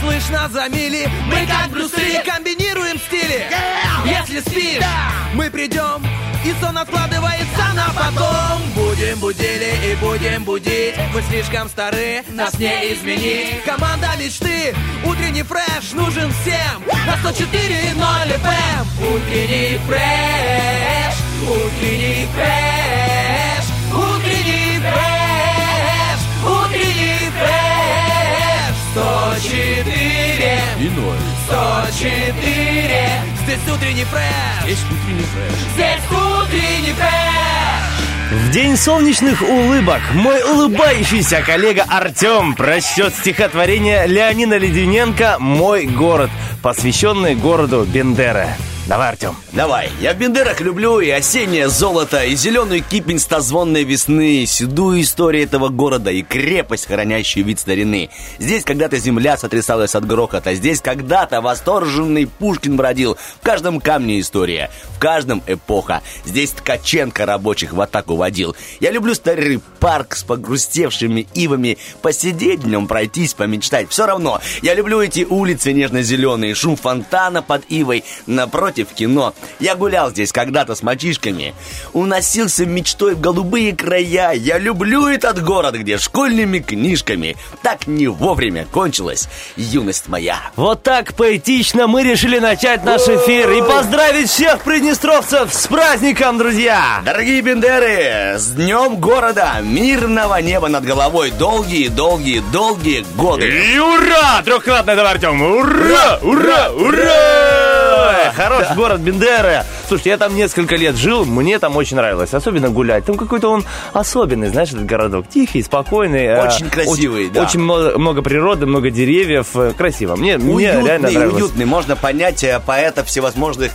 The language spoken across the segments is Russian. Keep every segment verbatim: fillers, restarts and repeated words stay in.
слышно за мили. Мы как Брюсы комбинируем стили. Если спишь, мы придем, и сон откладывается на потом. Будем будили и будем будить. Вы слишком стары, нас не изменить. Команда мечты, утренний фреш нужен всем. На сто четыре ноль эф эм. Утренний фреш, утренний фреш, утренний фреш, утренний фреш. Сто четыре и ноль. Сто четыре. Здесь утренний фреш. Здесь утренний фреш. Здесь утренний фреш. В день солнечных улыбок мой улыбающийся коллега Артем прочтет стихотворение Леонида Ледененко «Мой город», посвященный городу Бендеры. Давай, Артем. Давай. Я в Бендерах люблю и осеннее золото, и зеленую кипень стозвонной весны, и седую историю этого города, и крепость, хранящую вид старины. Здесь когда-то земля сотрясалась от грохота, здесь когда-то восторженный Пушкин бродил. В каждом камне история, в каждом эпоха. Здесь Ткаченко рабочих в атаку водил. Я люблю старый парк с погрустевшими ивами, посидеть в нем, пройтись, помечтать. Все равно, я люблю эти улицы нежно-зеленые, шум фонтана под ивой, напротив в кино. Я гулял здесь когда-то с мальчишками, уносился мечтой в голубые края. Я люблю этот город, где школьными книжками так не вовремя кончилась юность моя. Вот так поэтично мы решили начать наш эфир и поздравить всех приднестровцев с праздником, друзья! Дорогие бендеры, с днем города, мирного неба над головой, долгие-долгие-долгие годы. И ура! Трехкратное, давай, Артем! Ура! Ура! Ура! Хороший город Бендеры. Слушайте, я там несколько лет жил, мне там очень нравилось, особенно гулять. Там какой-то он особенный, знаешь, этот городок. Тихий, спокойный. Очень красивый, очень, да. Очень много, много природы, много деревьев. Красиво. Мне, уютный, мне реально нравилось. Уютный, можно понять поэтов всевозможных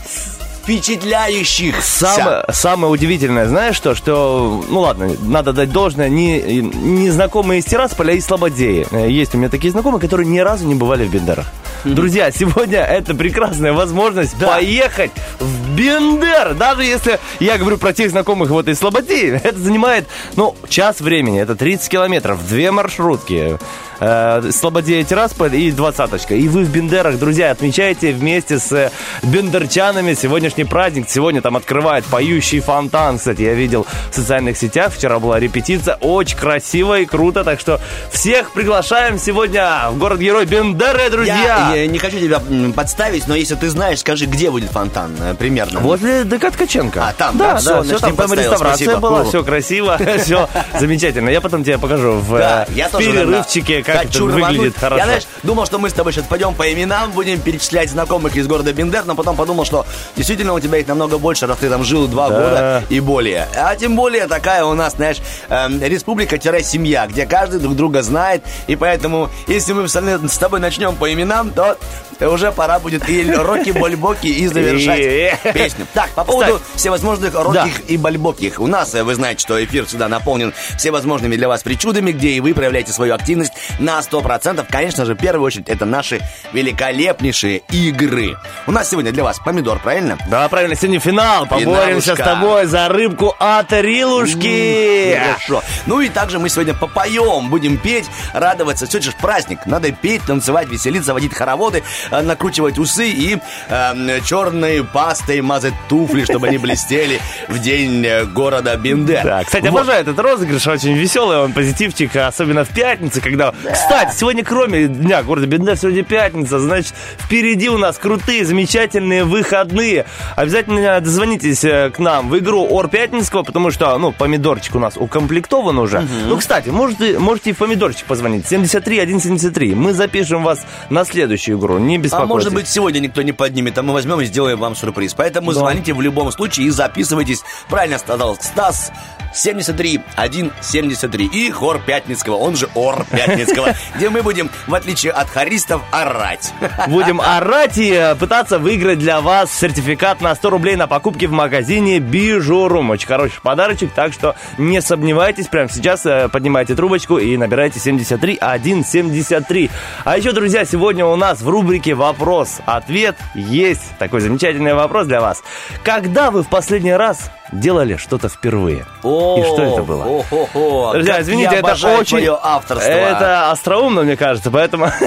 впечатляющих. Самое, самое удивительное, знаешь что? Что, ну ладно, надо дать должное, не, не знакомые из Тирасполя, а из Слободеи. Есть у меня такие знакомые, которые ни разу не бывали в Бендерах. Mm-hmm. Друзья, сегодня это прекрасная возможность да. поехать в Бендер. Даже если я говорю про тех знакомых вот из Слободеи, это занимает, ну, час времени. Это тридцать километров, две маршрутки. Слободея, Тирасполь и двадцаточка. И вы в Бендерах, друзья, отмечаете вместе с бендерчанами сегодняшний праздник. Сегодня там открывают поющий фонтан. Кстати, я видел в социальных сетях. Вчера была репетиция. Очень красиво и круто. Так что всех приглашаем сегодня в город-герой Бендеры, друзья. Я, я не хочу тебя подставить, но если ты знаешь, скажи, где будет фонтан примерно. Возле ДК Ткаченко. А, там, да, да, да, все, все там, там реставрация была, все красиво, все замечательно. Я потом тебе покажу в перерывчике, как это выглядит хорошо. Я, знаешь, думал, что мы с тобой сейчас пойдем по именам, будем перечислять знакомых из города Бендер, но потом подумал, что действительно у тебя их намного больше, раз ты там жил два да. года и более. А тем более такая у нас, знаешь, э, республика-семья, где каждый друг друга знает, и поэтому, если мы с тобой начнем по именам, то уже пора будет и Рокки Бальбоки и завершать песню. Так, по поводу всевозможных Рокки и Бальбоких. У нас, вы знаете, что эфир всегда наполнен всевозможными для вас причудами, где и вы проявляете свою активность на сто процентов. Конечно же, в первую очередь, это наши великолепнейшие игры. У нас сегодня для вас помидор, правильно? Да, правильно, сегодня финал. Поборемся с тобой за рыбку от Рилушки. Хорошо. Ну и также мы сегодня попоем, будем петь, радоваться. Сегодня же праздник. Надо петь, танцевать, веселиться, водить хороводы, накручивать усы и э, черной пастой мазать туфли, чтобы они блестели в день города Бендер. Да, кстати, вот. Обожаю этот розыгрыш, очень веселый, он позитивчик, особенно в пятницу, когда... Да. Кстати, сегодня кроме дня города Бендер, сегодня пятница, значит, впереди у нас крутые, замечательные выходные. Обязательно дозвонитесь к нам в игру Ор Пятницкого, потому что, ну, помидорчик у нас укомплектован уже. Угу. Ну, кстати, можете, можете и в помидорчик позвонить. семьдесят три сто семьдесят три. Мы запишем вас на следующую игру. Не беспокойтесь. А может быть, сегодня никто не поднимет, а мы возьмем и сделаем вам сюрприз. Поэтому да. звоните в любом случае и записывайтесь. Правильно сказал Стас. семьдесят три сто семьдесят три. И хор Пятницкого, он же Ор Пятницкого, где мы будем, в отличие от хористов, орать. Будем орать и пытаться выиграть для вас сертификат на сто рублей на покупки в магазине Бижурум. Очень хороший подарочек, так что не сомневайтесь. Прямо сейчас поднимайте трубочку и набирайте семьдесят три сто семьдесят три. А еще, друзья, сегодня у нас в рубрике «Вопрос-ответ» есть такой замечательный вопрос для вас. Когда вы в последний раз делали что-то впервые? О, и что это было? О-о-о, друзья, извините, это очень... авторство. Это остроумно, мне кажется, поэтому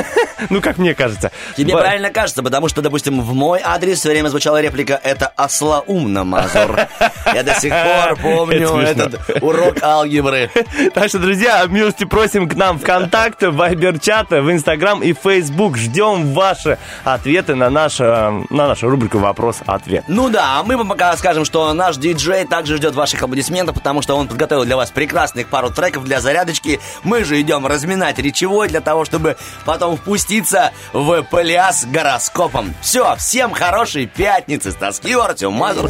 Ну, как мне кажется. Тебе Ба- правильно кажется, потому что, допустим, в мой адрес все время звучала реплика «Это ослоумно, Мазур». Я до сих пор помню Это этот урок алгебры. Так что, друзья, милости просим к нам ВКонтакте, в Вайбер-чаты, в Инстаграм и Фейсбук. Ждем ваши ответы на, наш, э, на нашу рубрику «Вопрос-ответ». Ну да, а мы вам пока скажем, что наш диджей также ждет ваших аплодисментов, потому что он подготовил для вас прекрасных пару треков для зарядочки. Мы же идем разминать речевой для того, чтобы потом впуститься в пляс гороскопом. Все, всем хорошей пятницы. Стас Кио, Артем Мазур.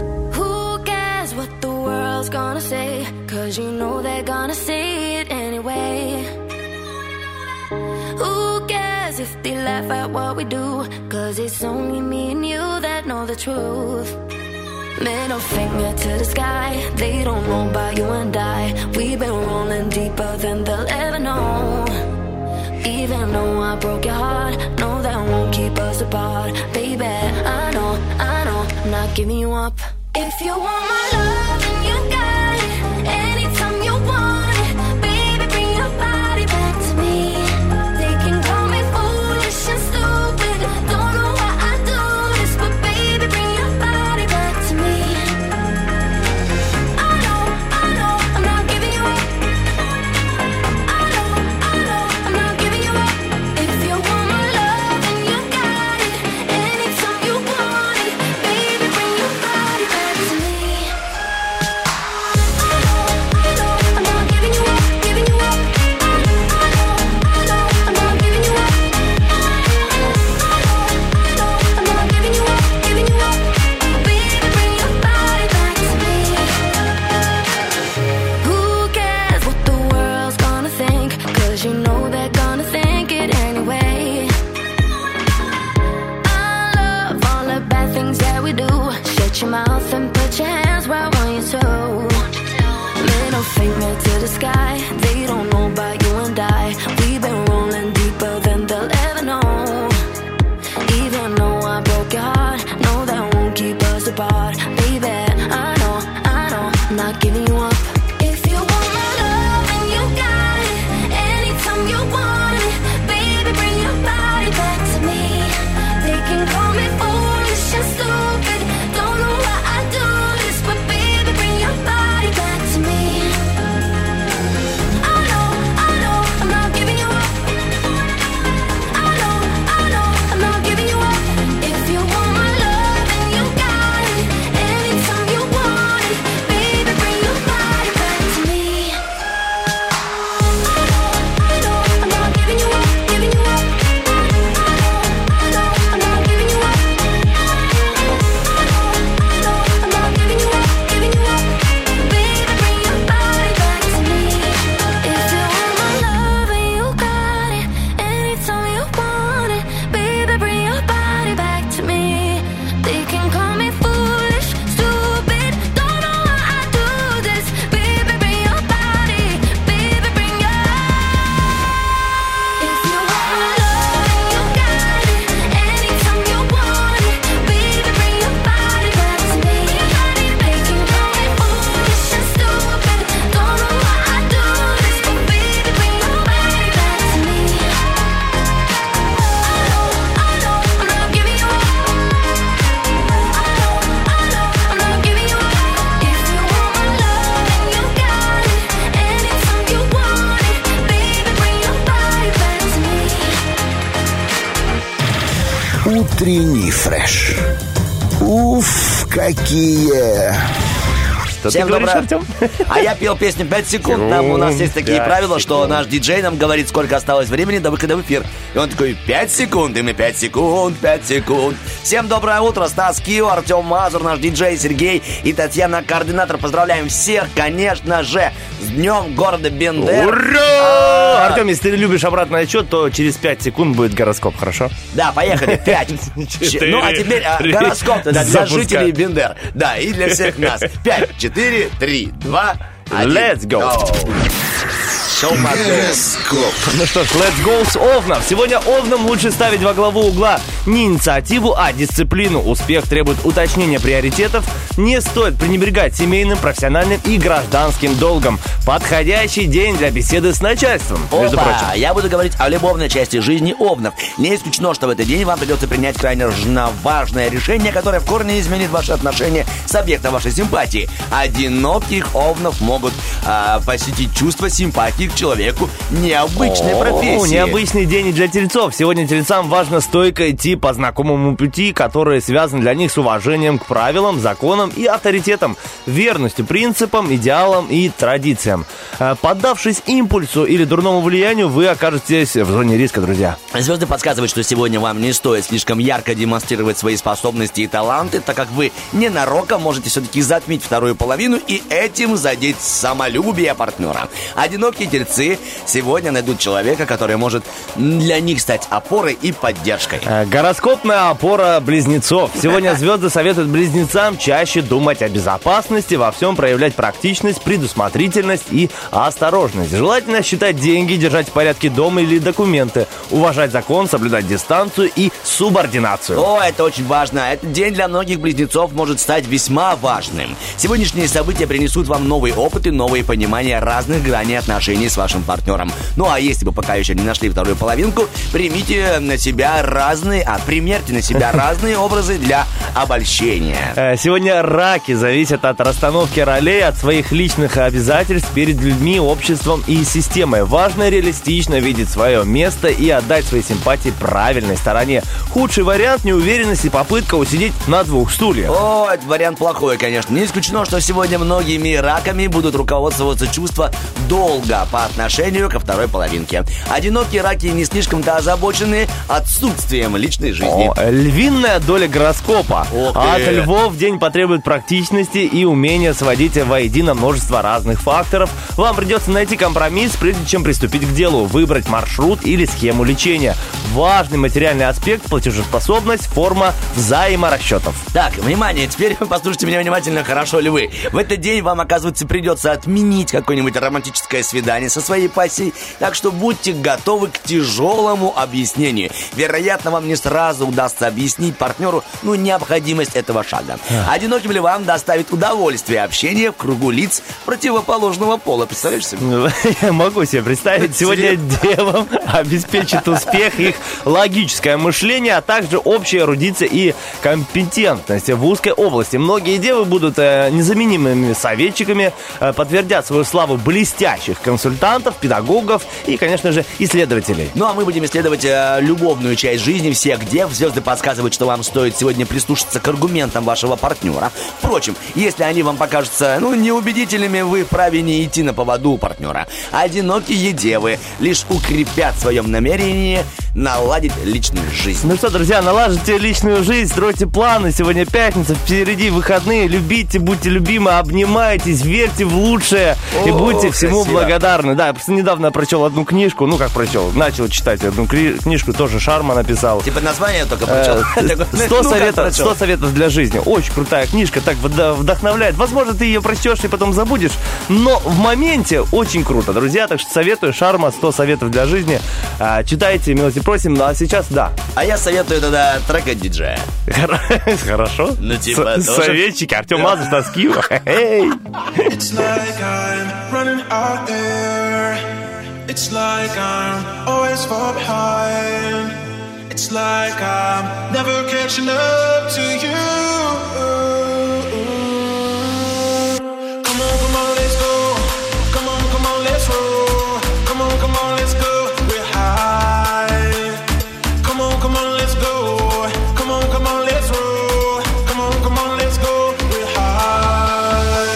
If they laugh at what we do, cause it's only me and you that know the truth. Middle finger to the sky, they don't know about you and I. We've been rolling deeper than they'll ever know. Even though I broke your heart, no, that won't keep us apart. Baby, I know, I know, I'm not giving you up. If you want my love, then you got it. Anytime you want it, baby, bring your body back to me. They can call me foolish and stupid, don't know why I do this, but baby, bring your body back to me. I know, I know, I'm not giving you up. I know, I know, I'm not giving you up. If you want my love, then you got it. Anytime you want it, baby, bring your body back to me. I know, I know, I'm not giving you up, giving you up. I know, I know, I'm not giving you up. I know, I know, I'm not giving you up, giving you up. Baby, bring your body back to me. Who cares what the world's gonna think? Cause you know they're gonna think it anyway. I love all the bad things that we do. Shut your mouth and put your hands where I want you to. Middle finger to the sky, they don't know about you and I. We've been rolling deeper than they'll ever know. Even though I broke your heart, no, that won't keep us apart. Baby, I know, I know, I'm not giving you up. If you want my love, then you got it. Anytime you want it, baby, bring your body back to me. They can call me foolish and stupid, don't know why I do this, but baby, bring your body back to me. I know, I know, I'm not giving you up. I know, I know, I'm not giving you up. If you want my love, then you got it. Anytime you want it, baby, bring your body back to me. I know, I know, I'm not giving you up, giving you up. I know, I know, I'm not giving you up. I know, I know, I'm not giving you up, giving you up. Baby, bring your body back to me. If you want my love, then you got it. Anytime you want it, baby, bring your body back to me. They can call me foolish, stupid, don't know why I do this. Baby, bring your body, baby, bring your. If you want my love, then you got it. Anytime you want it, baby, bring your body back to me. They can call me foolish and stupid, don't know why I do this, but baby, bring your body back to me. I know, I know, I'm not giving you up. I know, I know, I'm not giving you up. If you want my love, then you got it. Anytime you want it, baby, bring your body back to me. Утренний фреш. Уф, какие! Что Всем ты говоришь, доброе. Артем? А я пел песню пять секунд. Там у нас есть такие пять правила, что секунд. наш диджей нам говорит, сколько осталось времени до выхода в эфир. И он такой, пять секунд, и мы пять секунд, пять секунд. Всем доброе утро, Стас Кио, Артем Мазур, наш диджей Сергей и Татьяна, координатор. Поздравляем всех, конечно же, с днем города Бендер. Ура! А, Артем, если ты любишь обратный отсчет, то через пять секунд будет гороскоп, хорошо? Да, поехали, пять. Четыре, Ну, а теперь а, три. гороскоп тогда для Запускай. жителей Бендер. Да, и для всех нас. Пять, четыре, три, два, один. Let's go. Шоу Гороскоп. Ну что ж, let's go с Овнов. Сегодня Овнам лучше ставить во главу угла не инициативу, а дисциплину. Успех требует уточнения приоритетов. Не стоит пренебрегать семейным, профессиональным и гражданским долгом. подходящий день для беседы с начальством, между Опа, прочим. я буду говорить о любовной части жизни овнов. Не исключено, что в этот день вам придется принять крайне важное решение, которое в корне изменит ваши отношения с объектом вашей симпатии. Одиноких овнов могут а, посетить чувство симпатии к человеку необычной О, профессии. необычный день и для тельцов. Сегодня тельцам важно стойко идти по знакомому пути, который связан для них с уважением к правилам, законам и авторитетам, верностью принципам, идеалам и традициям. Поддавшись импульсу или дурному влиянию, вы окажетесь в зоне риска, друзья. Звезды подсказывают, что сегодня вам не стоит слишком ярко демонстрировать свои способности и таланты, так как вы ненароком можете все-таки затмить вторую половину и этим задеть самолюбие партнера. Одинокие тельцы сегодня найдут человека, который может для них стать опорой и поддержкой. Гороскопная опора близнецов. Сегодня звезды советуют близнецам чаще думать о безопасности, во всем проявлять практичность, предусмотрительность и осторожность. Желательно считать деньги, держать в порядке дом или документы, уважать закон, соблюдать дистанцию и субординацию. О, это очень важно. Этот день для многих близнецов может стать весьма важным. Сегодняшние события принесут вам новые опыты, новые понимания разных граней отношений с вашим партнером. Ну а если вы пока еще не нашли вторую половинку, примите на себя разные, а примерьте на себя разные образы для обольщения. Сегодня раки зависят от расстановки ролей, от своих личных обязательств перед людьми, обществом и системой. Важно реалистично видеть свое место и отдать свои симпатии правильной стороне. Худший вариант — неуверенность и попытка усидеть на двух стульях. О, этот вариант плохой, конечно. Не исключено, что сегодня многими раками будут руководствоваться чувства долга по отношению ко второй половинке. Одинокие раки не слишком-то озабочены отсутствием личной жизни. О, львиная доля гороскопа. Ох От ты. львов день потребует практичности и умения сводить воедино множество разных факторов. Вам придется найти компромисс, прежде чем приступить к делу, выбрать маршрут или схему лечения. Важный материальный аспект — платежеспособность, форма взаиморасчетов. Так, внимание, теперь послушайте меня внимательно, хорошо, львы. В этот день вам, оказывается, придется отменить какое-нибудь романтическое свидание со своей пассией, так что будьте готовы к тяжелому объяснению. Вероятно, вам не сразу удастся объяснить партнеру, ну, необходимость этого шага. Одиноким львам доставит удовольствие общение в кругу лиц противоположного пола. Представляешь себе? Я могу себе представить. Сегодня девам обеспечит успех их логическое мышление, а также общая эрудиция и компетентность в узкой области. Многие девы будут э, незаменимыми советчиками, э, подтвердят свою славу блестящих консультантов, педагогов и, конечно же, исследователей. Ну, а мы будем исследовать э, любовную часть жизни всех дев. Звезды подсказывают, что вам стоит сегодня прислушаться к аргументам вашего партнера. Впрочем, если они вам покажутся, ну, неубедительными, вы вправе не идти на поводу у партнера. Одинокие девы лишь укрепят в своем намерении наладить личную жизнь. Ну что, друзья, налаживайте личную жизнь, стройте планы. Сегодня пятница, впереди выходные. Любите, будьте любимы, обнимайтесь, верьте в лучшее и О, будьте всему красиво. благодарны. Да, я просто недавно прочел одну книжку, ну как прочел, начал читать одну кри- книжку, тоже Шарма написал. Типа название только Э, прочел. сто Ну, как советов, прочел? сто советов для жизни. Очень крутая книжка, так вд- вдохновляет. Возможно, ты ее прочтешь и потом забудешь, но в моменте очень круто, друзья. Так что советую. Шарма, сто советов для жизни. А, читайте, милости просим. Ну а сейчас, да. А я советую тогда трек от диджея. Хорошо. Ну, типа, С- тоже. Советчики. Артем Мазур, Тоски. Эй. It's like I'm running out there. It's like I'm always far behind. It's like I'm never catching up to you. Come on, come on, let's go. Come on, come on, let's roll. Come on, come on, let's go. We're high. Come on, come on, let's go. Come on, come on, let's roll. Come on, come on, let's go. We're high.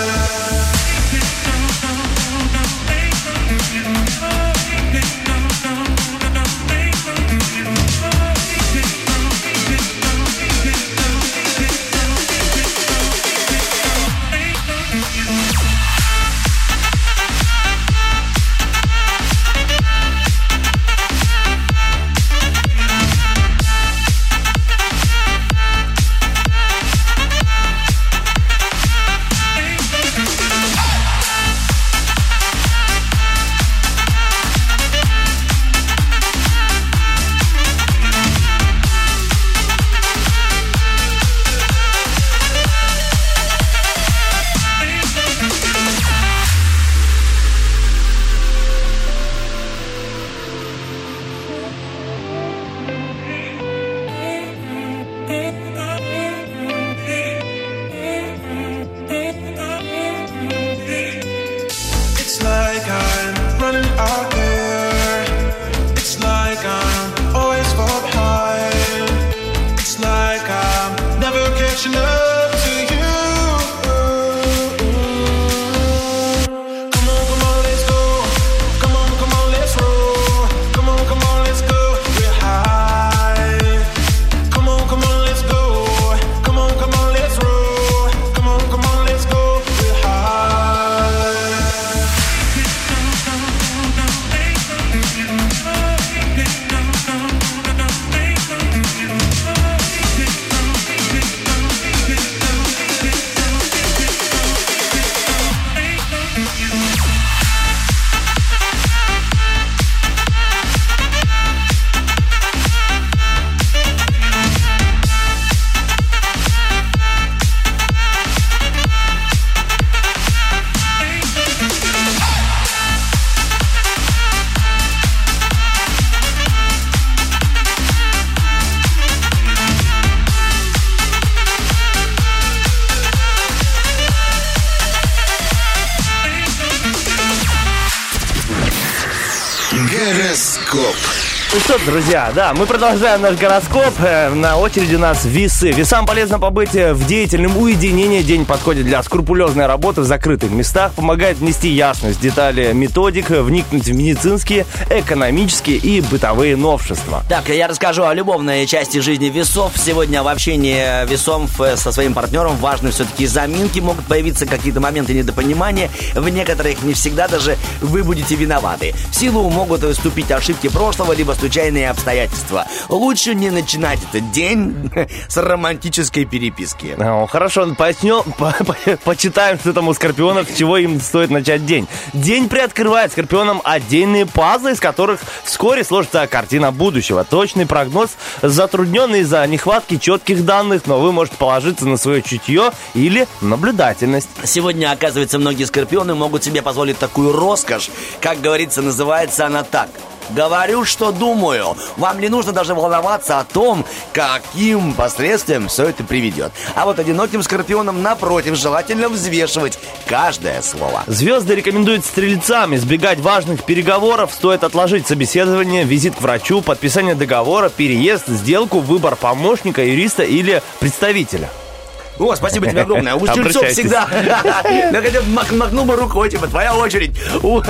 Гороскоп. Ну что, друзья, да, мы продолжаем наш гороскоп. Э, На очереди у нас весы. Весам полезно побыть э, в деятельном уединении. День подходит для скрупулезной работы в закрытых местах. Помогает внести ясность в детали методик, э, вникнуть в медицинские, экономические и бытовые новшества. Так, я расскажу о любовной части жизни весов. Сегодня в общении весов э, со своим партнером важны все-таки заминки. Могут появиться какие-то моменты недопонимания. В некоторых не всегда даже вы будете виноваты. В силу могут вступить ошибки прошлого, либо случайные обстоятельства. Лучше не начинать этот день с романтической переписки. О, хорошо, начнем, по- по- почитаем, что там у скорпионов, с чего им стоит начать день. День приоткрывает скорпионам отдельные пазлы, из которых вскоре сложится картина будущего. Точный прогноз затруднен из-за нехватки четких данных, но вы можете положиться на свое чутье или наблюдательность. Сегодня, оказывается, многие скорпионы могут себе позволить такую роскошь. Как говорится, называется она так. Говорю, что думаю. Вам не нужно даже волноваться о том, каким последствиям все это приведет. А вот одиноким скорпионам, напротив, желательно взвешивать каждое слово. Звезды рекомендуют стрельцам избегать важных переговоров. Стоит отложить собеседование, визит к врачу, подписание договора, переезд, сделку, выбор помощника, юриста или представителя. О, спасибо тебе огромное. У стрельцов Обращайтесь. всегда... Я хотя бы мах- махнул бы рукой, типа, твоя очередь. У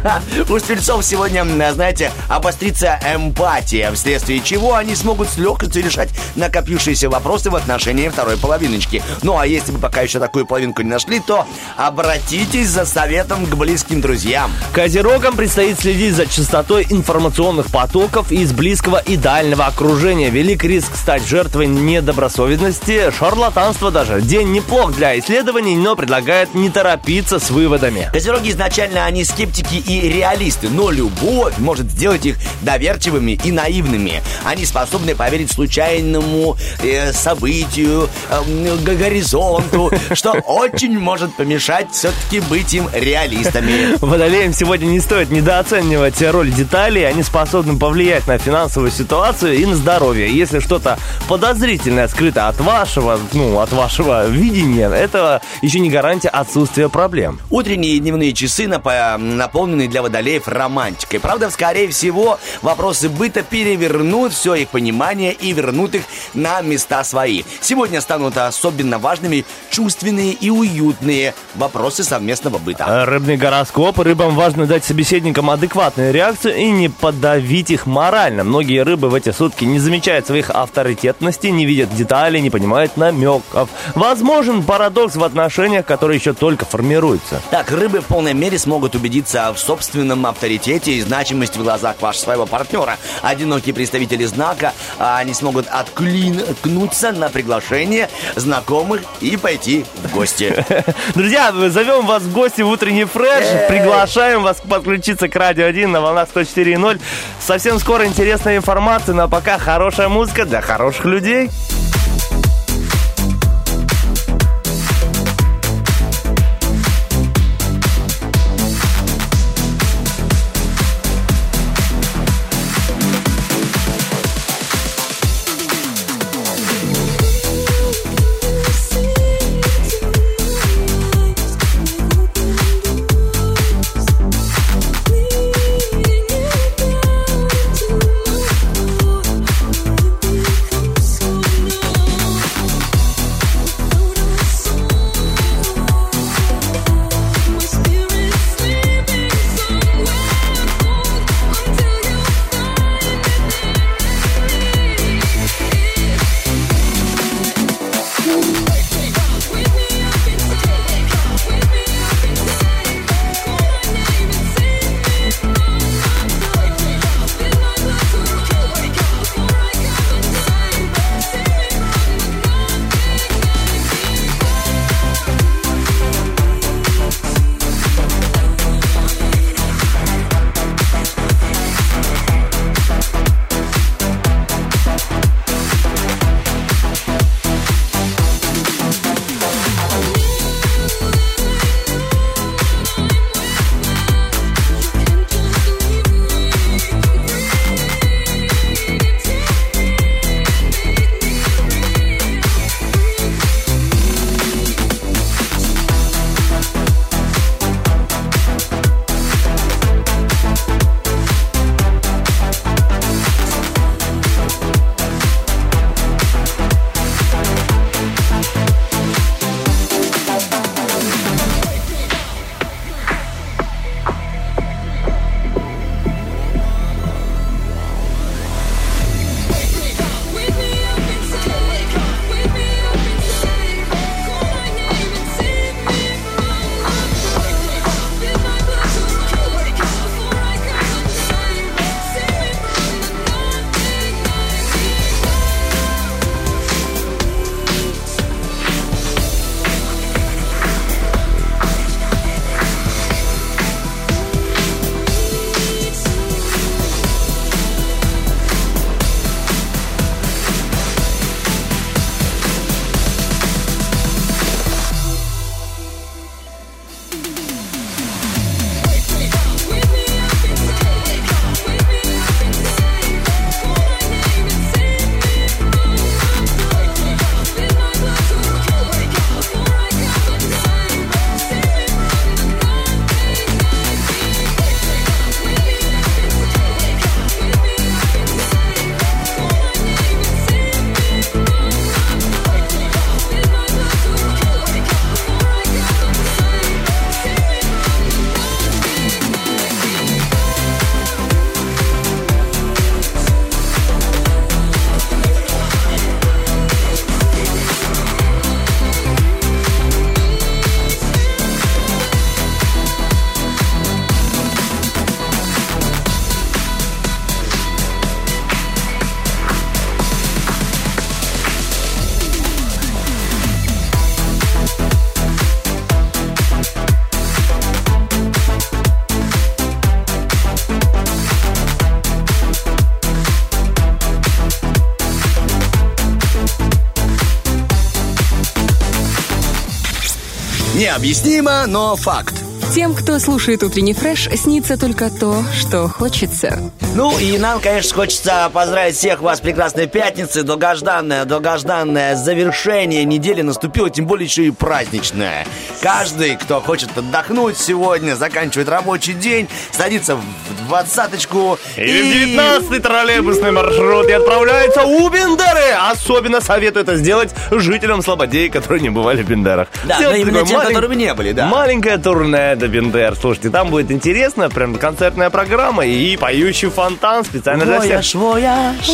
у стрельцов сегодня, знаете, обострится эмпатия, вследствие чего они смогут с легкостью решать накопившиеся вопросы в отношении второй половиночки. Ну, а если вы пока еще такую половинку не нашли, то обратитесь за советом к близким друзьям. Козерогам предстоит следить за частотой информационных потоков из близкого и дальнего окружения. Велик риск стать жертвой недобросовестности, шарлатанства даже. День неплох для исследований, но предлагает не торопиться с выводами. Козероги изначально они скептики и реалисты, но любовь может сделать их доверчивыми и наивными. Они способны поверить случайному э, событию, э, г- горизонту, что очень может помешать все-таки быть им реалистами. Водолеям сегодня не стоит недооценивать роль деталей. Они способны повлиять на финансовую ситуацию и на здоровье. Если что-то подозрительное скрыто от вашего, ну, от вашего видения, это еще не гарантия отсутствия проблем. Утренние и дневные часы напо- наполнены для водолеев романтикой. Правда, скорее всего, вопросы быта перевернут все их понимание и вернут их на места свои. Сегодня станут особенно важными чувственные и уютные вопросы совместного быта. Рыбный гороскоп. Рыбам важно дать собеседникам адекватную реакцию и не подавить их морально. Многие рыбы в эти сутки не замечают своих авторитетностей, не видят деталей, не понимают намеков. Возможен парадокс в отношениях, которые еще только формируются. Так, рыбы в полной мере смогут убедиться в собственном авторитете и значимости в глазах вашего своего партнера. Одинокие представители знака, а, они смогут откликнуться на приглашение знакомых и пойти в гости. Друзья, мы зовем вас в гости в утренний фреш. Приглашаем вас подключиться к Радио один на волнах сто четыре и ноль. Совсем скоро интересная информация, но пока хорошая музыка для хороших людей. So Необъяснимо, но факт. Тем, кто слушает утренний фреш, снится только то, что хочется. Ну и нам, конечно, хочется поздравить всех вас с прекрасной пятницей. Долгожданное, долгожданное завершение недели наступило, тем более еще и праздничное. Каждый, кто хочет отдохнуть сегодня, заканчивает рабочий день, садится в двадцаточку Или в девятнадцатый троллейбусный маршрут и отправляется у Бендеры. Особенно советую это сделать жителям Слободей, которые не бывали в Бендерах. Да, но именно тем, малень... которыми не были, да. Маленькое турне до Бендер. Слушайте, там будет интересно, прям концертная программа и поющий фонтан специально для всех. Вояж,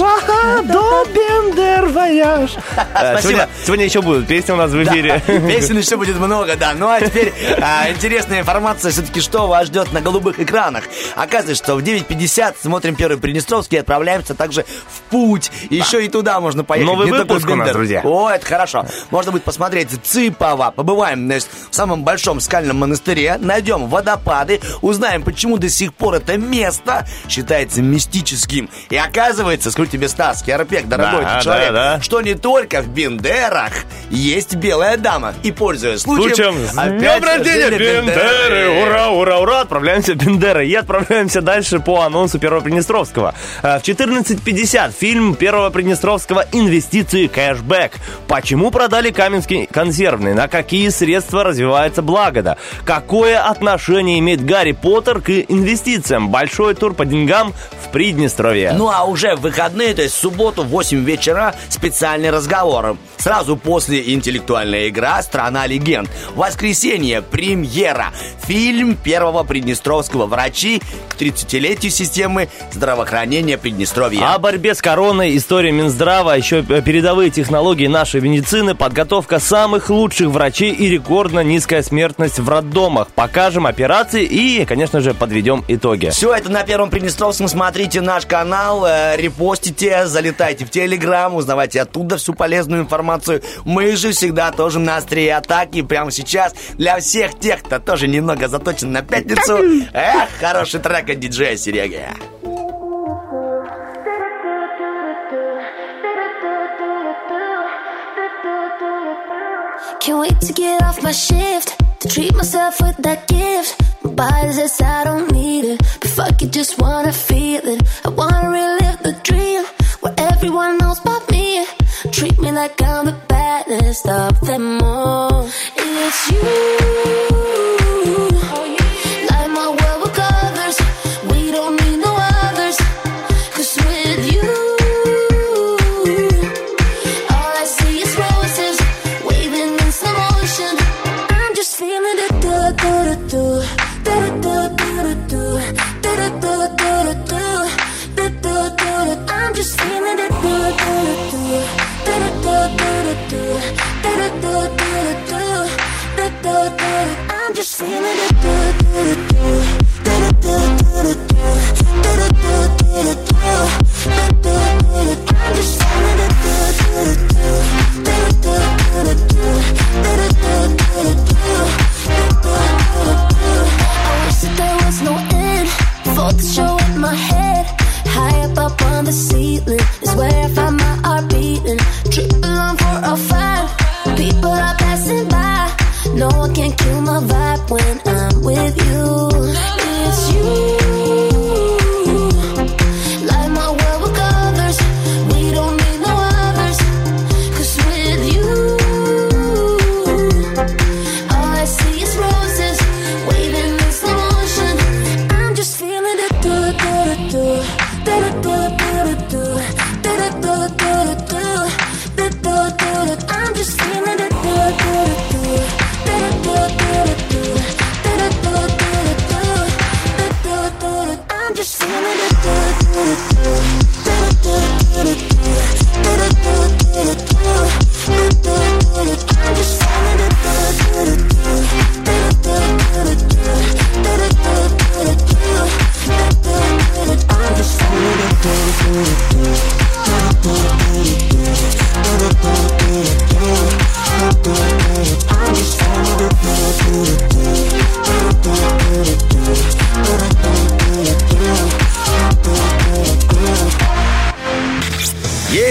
до Бендер вояж. Сегодня, сегодня еще будут песни у нас в эфире. Да, песен еще будет много, да. Ну а теперь а, интересная информация все-таки, что вас ждет на голубых экранах. Оказывается, что в девять пятьдесят смотрим Первый Приднестровский и отправляемся также в путь. И да. Еще и туда можно поехать. Новый не выпуск у нас, друзья. О, это хорошо. Можно будет посмотреть Цыпова. Побываем, значит, в самом большом скальном монастыре. Найдем водопады. Узнаем, почему до сих пор это место считается мистическим. И оказывается, скажу тебе, Стас Керпек, дорогой да, человек, да, да. что не только в Бендерах есть белая дама. И, пользуясь случаем, случаем днем рождения Бендеры! Ура, ура, ура! Отправляемся в Бендеры. И отправляемся дальше по анонсу Первого Приднестровского. В четырнадцать пятьдесят фильм Первого Приднестровского «Инвестиции кэшбэк». Почему продали Каменский консервный? На какие средства развивается Благода? Какое отношение имеет Гарри Поттер к инвестициям? Большой тур по деньгам в Приднестровье. Ну а уже в выходные, то есть в субботу в восемь вечера, специальный разговор. Сразу после интеллектуальная игра «Страна легенд». В воскресенье премьера. Фильм Первого Приднестровского «Врачи» к тридцатилетию системы здравоохранения Приднестровья. О борьбе с короной, история Минздрава, еще передовые технологии нашей медицины, подготовка самых лучших врачей и рекордно низкая смертность в роддомах. Покажем операции и, конечно же, подведем итоги. Все это на Первом Приднестровском. Смотрите наш канал, э, репостите, залетайте в Телеграм, узнавайте оттуда всю полезную информацию. Мы же всегда тоже на острие атаки. Прямо сейчас для всех тех, кто тоже немного заточен на пятницу. Эх, хороший трек от диджея Сереги. Can't wait to get off my shift, to treat myself with that gift. My body says I don't need it, but fuck it, just wanna feel it. I wanna relive the dream, where everyone knows about me. Treat me like I'm the baddest of them all. It's you. Light my world with colors, we don't need no others. Cause with you, all I see is roses, waving in slow motion. I'm just feeling it, do do do do do do do do do do do do do. I'm just feeling it, do do do do do do do do do do do do. I'm just feeling it, do do do do do do do do do do do. I'm just feeling it, do do do do do do do do do do. I wish that there was no end for the show in my head. High up up on the ceiling is where I find my heart beating. Triple on four oh five, people are passing by. No one can kill my vibe when I'm with you. It's you. Light my world with colors, we don't need no others. Cause with you, all I see is roses, waving in slow motion. I'm just feeling it, do do do do do do do do do do do do do. I'm just feeling it, do do do do do do do do do do.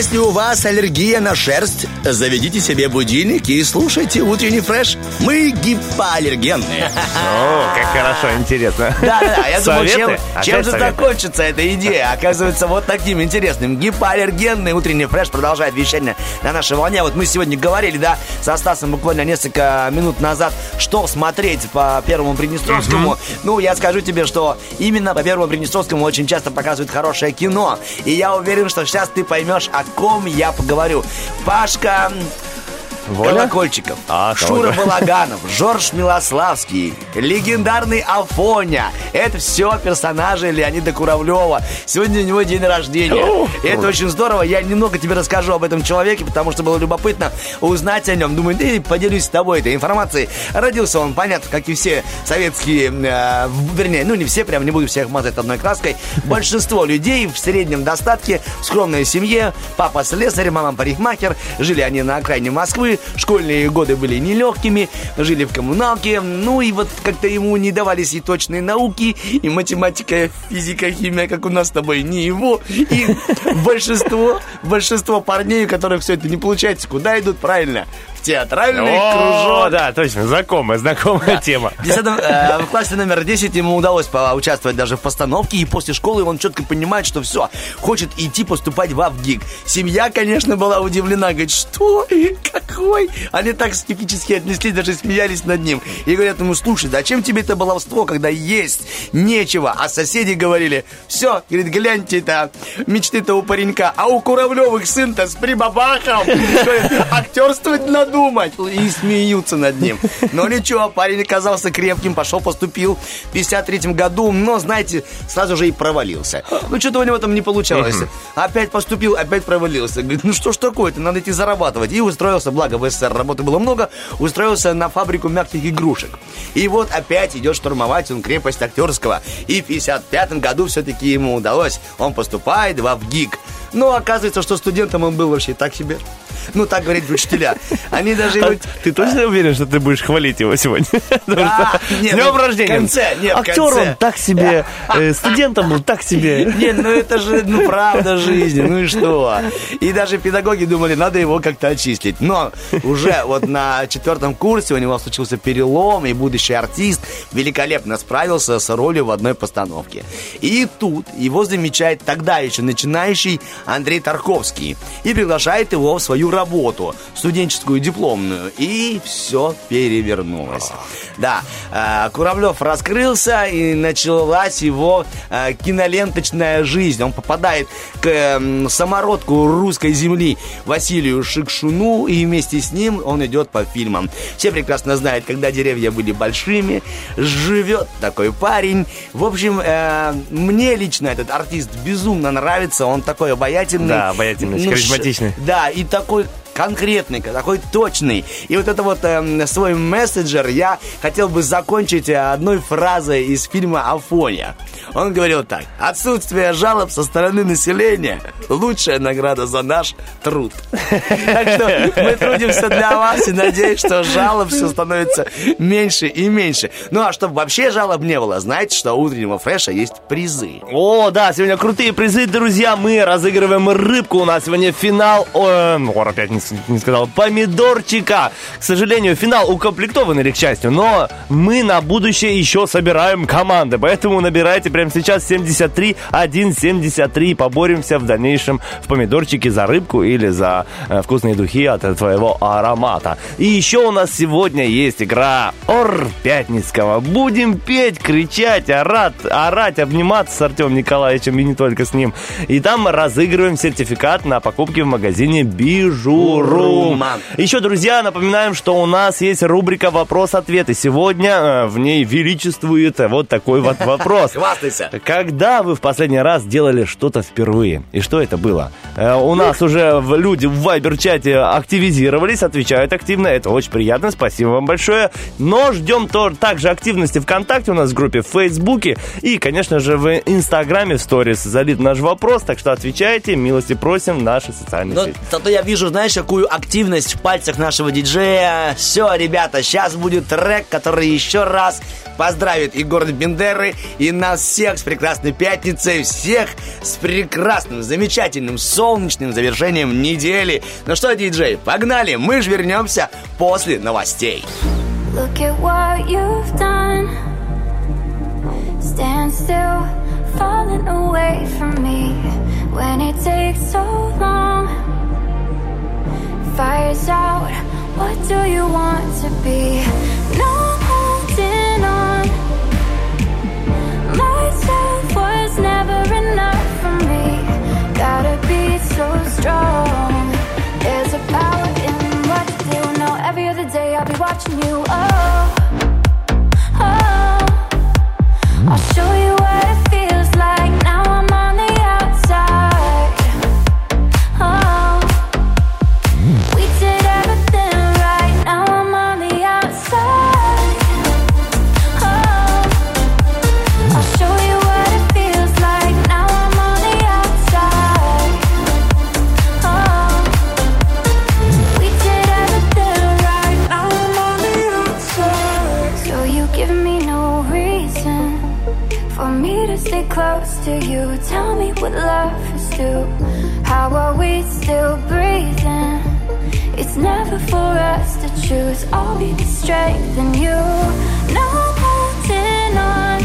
Если у вас аллергия на шерсть, заведите себе будильник и слушайте утренний фреш. Мы гипоаллергенные. О, как хорошо, интересно. Да-да-да, я думал, Советы? чем, Опять чем же советы? закончится эта идея. Оказывается, вот таким интересным. Гипоаллергенный утренний фреш продолжает вещание на нашей волне. Вот мы сегодня говорили, да, со Стасом буквально несколько минут назад, что смотреть по Первому Приднестровскому. Ну, я скажу тебе, что именно по Первому Приднестровскому очень часто показывают хорошее кино. И я уверен, что сейчас ты поймешь, о ком я поговорю. Пашка... Воля? Колокольчиков, А, Шура кого? Балаганов, Жорж Милославский, легендарный Афоня. Это все персонажи Леонида Куравлева. Сегодня у него день рождения. И это очень здорово. Я немного тебе расскажу об этом человеке, потому что было любопытно узнать о нем. Думаю, да и поделюсь с тобой этой информацией. Родился он, понятно, как и все советские, э, вернее, ну не все, прям не буду всех мазать одной краской. Большинство людей в среднем достатке, в скромной семье. Папа слесарь, мама парикмахер. Жили они на окраине Москвы. Школьные годы были нелегкими, жили в коммуналке. Ну и вот как-то ему не давались и точные науки, и математика, физика, химия, как у нас с тобой, не его. И большинство, большинство парней, у которых все это не получается, куда идут? Правильно, в театральный О, кружок. да, точно, знакомая, знакомая тема. В десятом, э, в классе номер десять ему удалось поучаствовать даже в постановке, и после школы он четко понимает, что все, хочет идти поступать в Авгик. Семья, конечно, была удивлена, говорит, что? Какой? Они так скептически отнеслись, даже смеялись над ним. И говорят ему, слушай, зачем тебе это баловство, когда есть нечего? А соседи говорили, все, говорит, гляньте, это мечты-то у паренька, а у Куравлевых сын-то с прибабахом. Говорит, актерствовать надумать. И смеются над ним. Но ничего, парень оказался крепким, пошел, поступил в пятьдесят третьем году, но, знаете, сразу же и провалился. Ну, что-то у него там не получалось. Опять поступил, опять провалился. Говорит, ну что ж такое-то, надо идти зарабатывать. И устроился, благо в СССР работы было много, устроился на фабрику мягких игрушек. И вот опять идет штурмовать он крепость актерского. И в пятьдесят пятом году все-таки ему удалось. Он поступает в Авгик. Но оказывается, что студентом он был вообще так себе. Ну, так говорят учителя. Они даже его... А ты точно уверен, что ты будешь хвалить его сегодня? Да, нет, С днем ну, рождения! в конце, нет, в Актер конце. он так себе, э, студентом был так себе. Не, ну это же, ну, правда жизни, ну и что? И даже педагоги думали, надо его как-то очистить. Но уже вот на четвертом курсе у него случился перелом, и будущий артист великолепно справился с ролью в одной постановке. И тут его замечает тогда еще начинающий Андрей Тарковский и приглашает его в свою работу, студенческую дипломную. И все перевернулось. Да, Куравлев раскрылся, и началась его киноленточная жизнь. Он попадает к самородку русской земли Василию Шикшуну, и вместе с ним он идет по фильмам. Все прекрасно знают, когда деревья были большими, живет такой парень. В общем, э, мне лично этот артист безумно нравится. Он такой обаятельный. Да, обаятельный, Ну, харизматичный. ш- Да, и такой конкретный, такой точный. И вот это вот э, свой мессенджер я хотел бы закончить одной фразой из фильма «Афоня». Он говорил так: отсутствие жалоб со стороны населения – лучшая награда за наш труд. Так что мы трудимся для вас и надеюсь, что жалоб все становится меньше и меньше. Ну а чтобы вообще жалоб не было, знаете, что у утреннего фреша есть призы. О, да, сегодня крутые призы, друзья. Мы разыгрываем рыбку. У нас сегодня финал. О, ну, опять не, не сказал. Помидорчика. К сожалению, финал укомплектован, или к счастью. Но мы на будущее еще собираем команды. Поэтому набирайте прямо сейчас семьдесят три один семьдесят три. Поборемся в дальнейшем в помидорчике за рыбку или за э, вкусные духи от твоего аромата. И еще у нас сегодня есть игра Ор Пятницкого. Будем петь, кричать, орать, орать, обниматься с Артемом Николаевичем и не только с ним. И там мы разыгрываем сертификат на покупки в магазине Бижурум. Еще, друзья, напоминаем, что у нас есть рубрика «Вопрос-ответ». И сегодня э, в ней величествует вот такой вот вопрос. Хвастайся. Когда вы в последний раз делали что-то впервые? И что это было? Э, у нас уже в- люди в Вайбер-чате активизировались, отвечают активно. Это очень приятно, спасибо вам большое. Но ждем то, также активности ВКонтакте, у нас в группе в Фейсбуке. И, конечно же, в Инстаграме в сторис залит наш вопрос. Так что отвечайте, милости просим в наши социальные Но сети. зато я вижу, знаешь, какую активность в пальцах нашего диджея. Все, ребята, сейчас будет трек, который еще раз поздравит и город Бендеры, и нас всех с прекрасной пятницей, всех с прекрасным, замечательным, солнечным завершением недели. Ну что, диджей, погнали, мы же вернемся после новостей. Look at what you've done. Stand still, falling away from me. When it takes so long, fire's out, what do you want to be? No holding on. Myself was never enough for me. Gotta be so strong. There's a power in what you do. Now every other day I'll be watching you. Oh, oh, I'll show you what it feels like. Now I'm on the outside. Oh, we did everything right. Now I'm on the outside. Oh, I'll show you what it feels like. Now I'm on the outside. Oh, we did everything right. Now I'm on the outside. So you give me no reason for me to stay close to you. Tell me what love is due. How are we still breathing? It's never for us to choose. I'll be the strength in you. No holding on.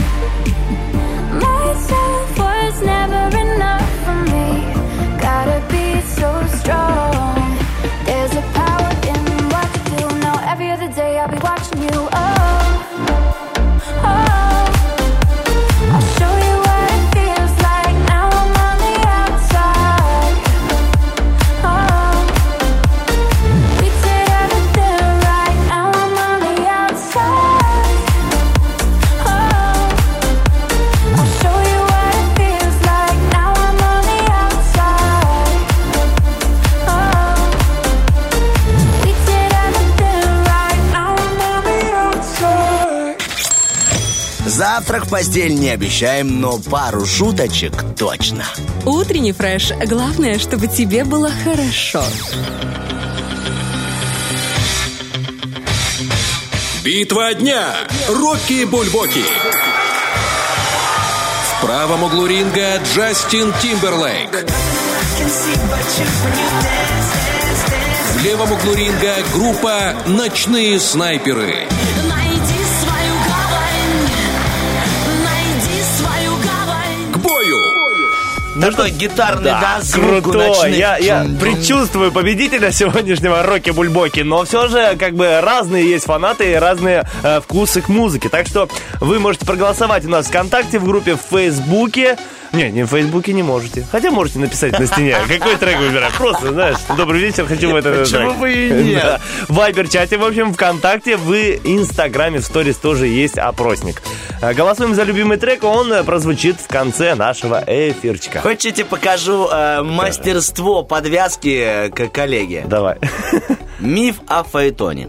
Myself was never enough for me. Gotta be so strong. There's a power in what you do. Now every other day I'll be watching you. Oh, oh, I'll show you what it feels like. Now I'm on the outside. Oh, we did everything right. Now I'm on the outside. Oh, I'll show you what it feels like. Now I'm on the outside. Oh, we did everything right. Now I'm on the outside. Завтрак в постель не обещаем, но пару шуточек точно. Утренний фреш. Главное, чтобы тебе было хорошо. Битва дня. Рокки Бульбоки. В правом углу ринга Джастин Тимберлейк. В левом углу ринга группа «Ночные снайперы». Найди свою гавань. Найди свою гавань. К бою! Такой гитарный, да, Да, звук крутой. ночных. Я, я Чум-чум. предчувствую победителя сегодняшнего Рокки Бульбоки, но все же как бы разные есть фанаты и разные э, вкусы к музыке. Так что вы можете проголосовать у нас ВКонтакте, в группе в Фейсбуке. Не, не в Фейсбуке не можете. Хотя можете написать на стене, какой трек выбирать. Просто, знаешь, добрый вечер, хочу в этот трек. Почему бы и нет? Да. В Вайбер-чате, в общем, ВКонтакте, в Инстаграме, в сторис тоже есть опросник. Э, Голосуем за любимый трек, он э, прозвучит в конце нашего эфирчика. Хотите, покажу э, мастерство подвязки к коллеге? Давай. Миф о Фаэтоне.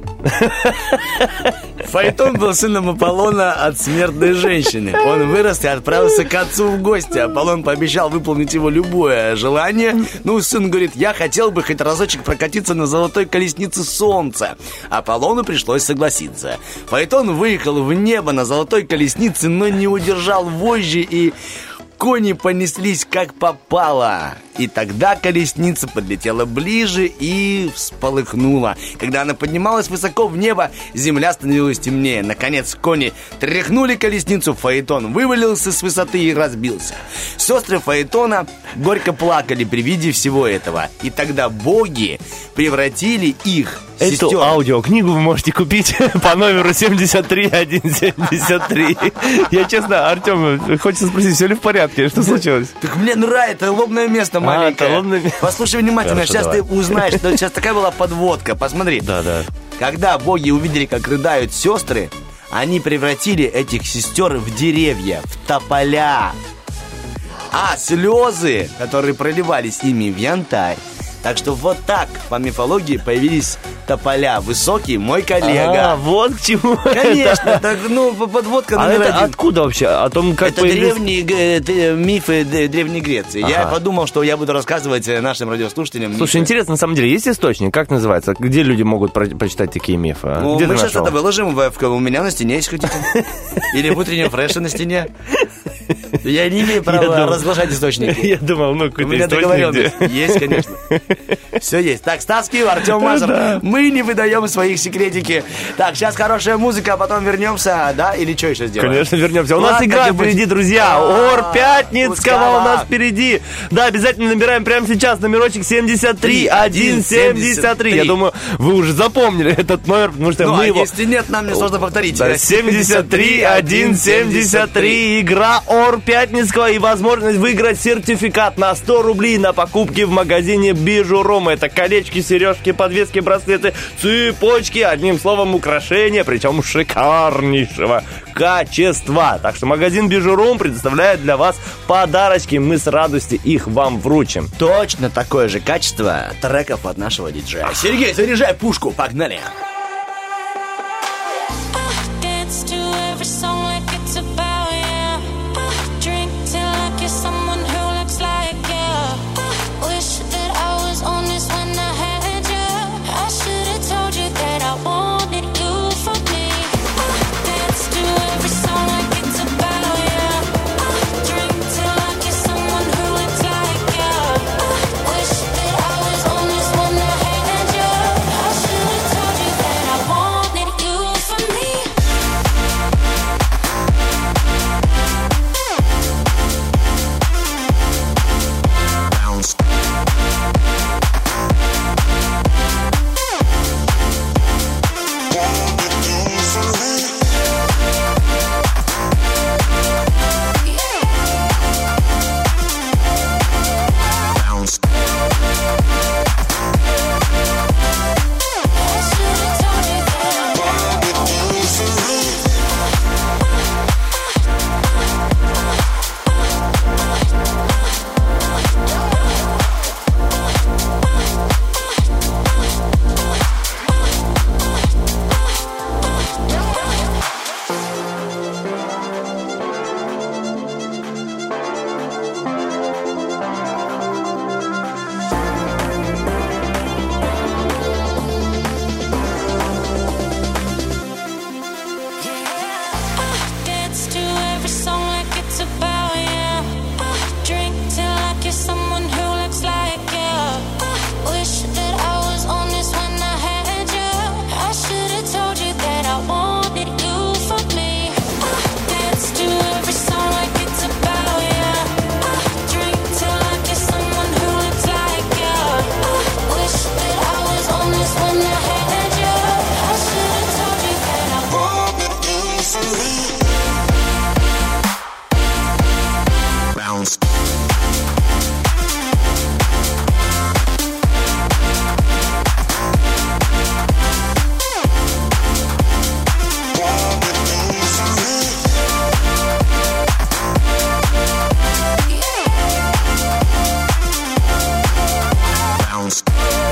Фаэтон был сыном Аполлона от смертной женщины. Он вырос и отправился к отцу в гости. Аполлон пообещал выполнить его любое желание. Ну, сын говорит, я хотел бы хоть разочек прокатиться на золотой колеснице солнца. Аполлону пришлось согласиться. Фаэтон выехал в небо на золотой колеснице, но не удержал вожжи, и кони понеслись как попало. И тогда колесница подлетела ближе и всполыхнула. Когда она поднималась высоко в небо, земля становилась темнее. Наконец кони тряхнули колесницу, Фаэтон вывалился с высоты и разбился. Сестры Фаэтона горько плакали при виде всего этого. И тогда боги превратили их, Эту сестер... аудиокнигу вы можете купить по номеру семьдесят три сто семьдесят три. Я честно, Артем, хочется спросить, все ли в порядке? Что случилось? Так мне нравится, это лобное место маленькое. это лобное место. Послушай внимательно, Хорошо, сейчас давай. ты узнаешь, что сейчас такая была подводка. Посмотри. Да, да. Когда боги увидели, как рыдают сестры, они превратили этих сестер в деревья, в тополя. А слезы, которые проливались ими, в янтарь. Так что вот так по мифологии появились Тополя высокий мой коллега. А, вот к чему. Конечно, так, ну, подводка А номер это один. откуда вообще? О том, как Это появились- древние г- т- мифы д- Древней Греции. Я Ага. подумал, что я буду рассказывать э, нашим радиослушателям. Слушай, мифы. интересно, на самом деле, есть источник? Как называется? Где люди могут про- прочитать такие мифы? а? Ну, Где мы ты сейчас нашел? это выложим в, в- у меня на стене, если хотите. Или в утреннем фреше на стене. Я не имею права думал- разглашать источники. Я думал, ну, У какой-то меня источник, договоренность. где- Есть, конечно. Все есть. Так, Стас Киев, Артем Мазур. Мы не выдаем своих секретики. Так, сейчас хорошая музыка, а потом вернемся, да? Или что еще сделаем? Конечно, вернемся. У нас Ладно, игра где-нибудь. впереди, друзья. А, Ор Пятницкого Пускала. у нас впереди. Да, обязательно набираем прямо сейчас номерочек семьдесят три один семьдесят три. Я думаю, вы уже запомнили этот номер, потому что Ну, мы а его... если нет, нам не сложно повторить. Да, семьдесят три один семьдесят три. Игра Ор Пятницкого и возможность выиграть сертификат на сто рублей на покупки в магазине Бижурома. Это колечки, сережки, подвески, браслеты, цепочки. Одним словом, украшения, причем шикарнейшего качества. Так что магазин Бижуром предоставляет для вас подарочки. Мы с радостью их вам вручим. Точно такое же качество треков от нашего диджея. Сергей, заряжай пушку, погнали. Dance to every song like it's about you. Drink till I kiss someone who looks like you. Wish that I was honest when I had you. I should have told you that I wanted you for me. Dance to every song like it's about you. Drink till I kiss someone who looks like you. Wish that I was honest when I had you. I should have told you that I wanted you for me. Dance to every song like it's about you. Drink till I kiss someone who looks like you. Wish that I was honest when I had you. I should have told you that I wanted you for me. Dance to every song like it's about you. Drink till I kiss someone who looks like you. Wish that I was honest when I had you. I should have told you that I wanted you for me. Bounce. Bounce.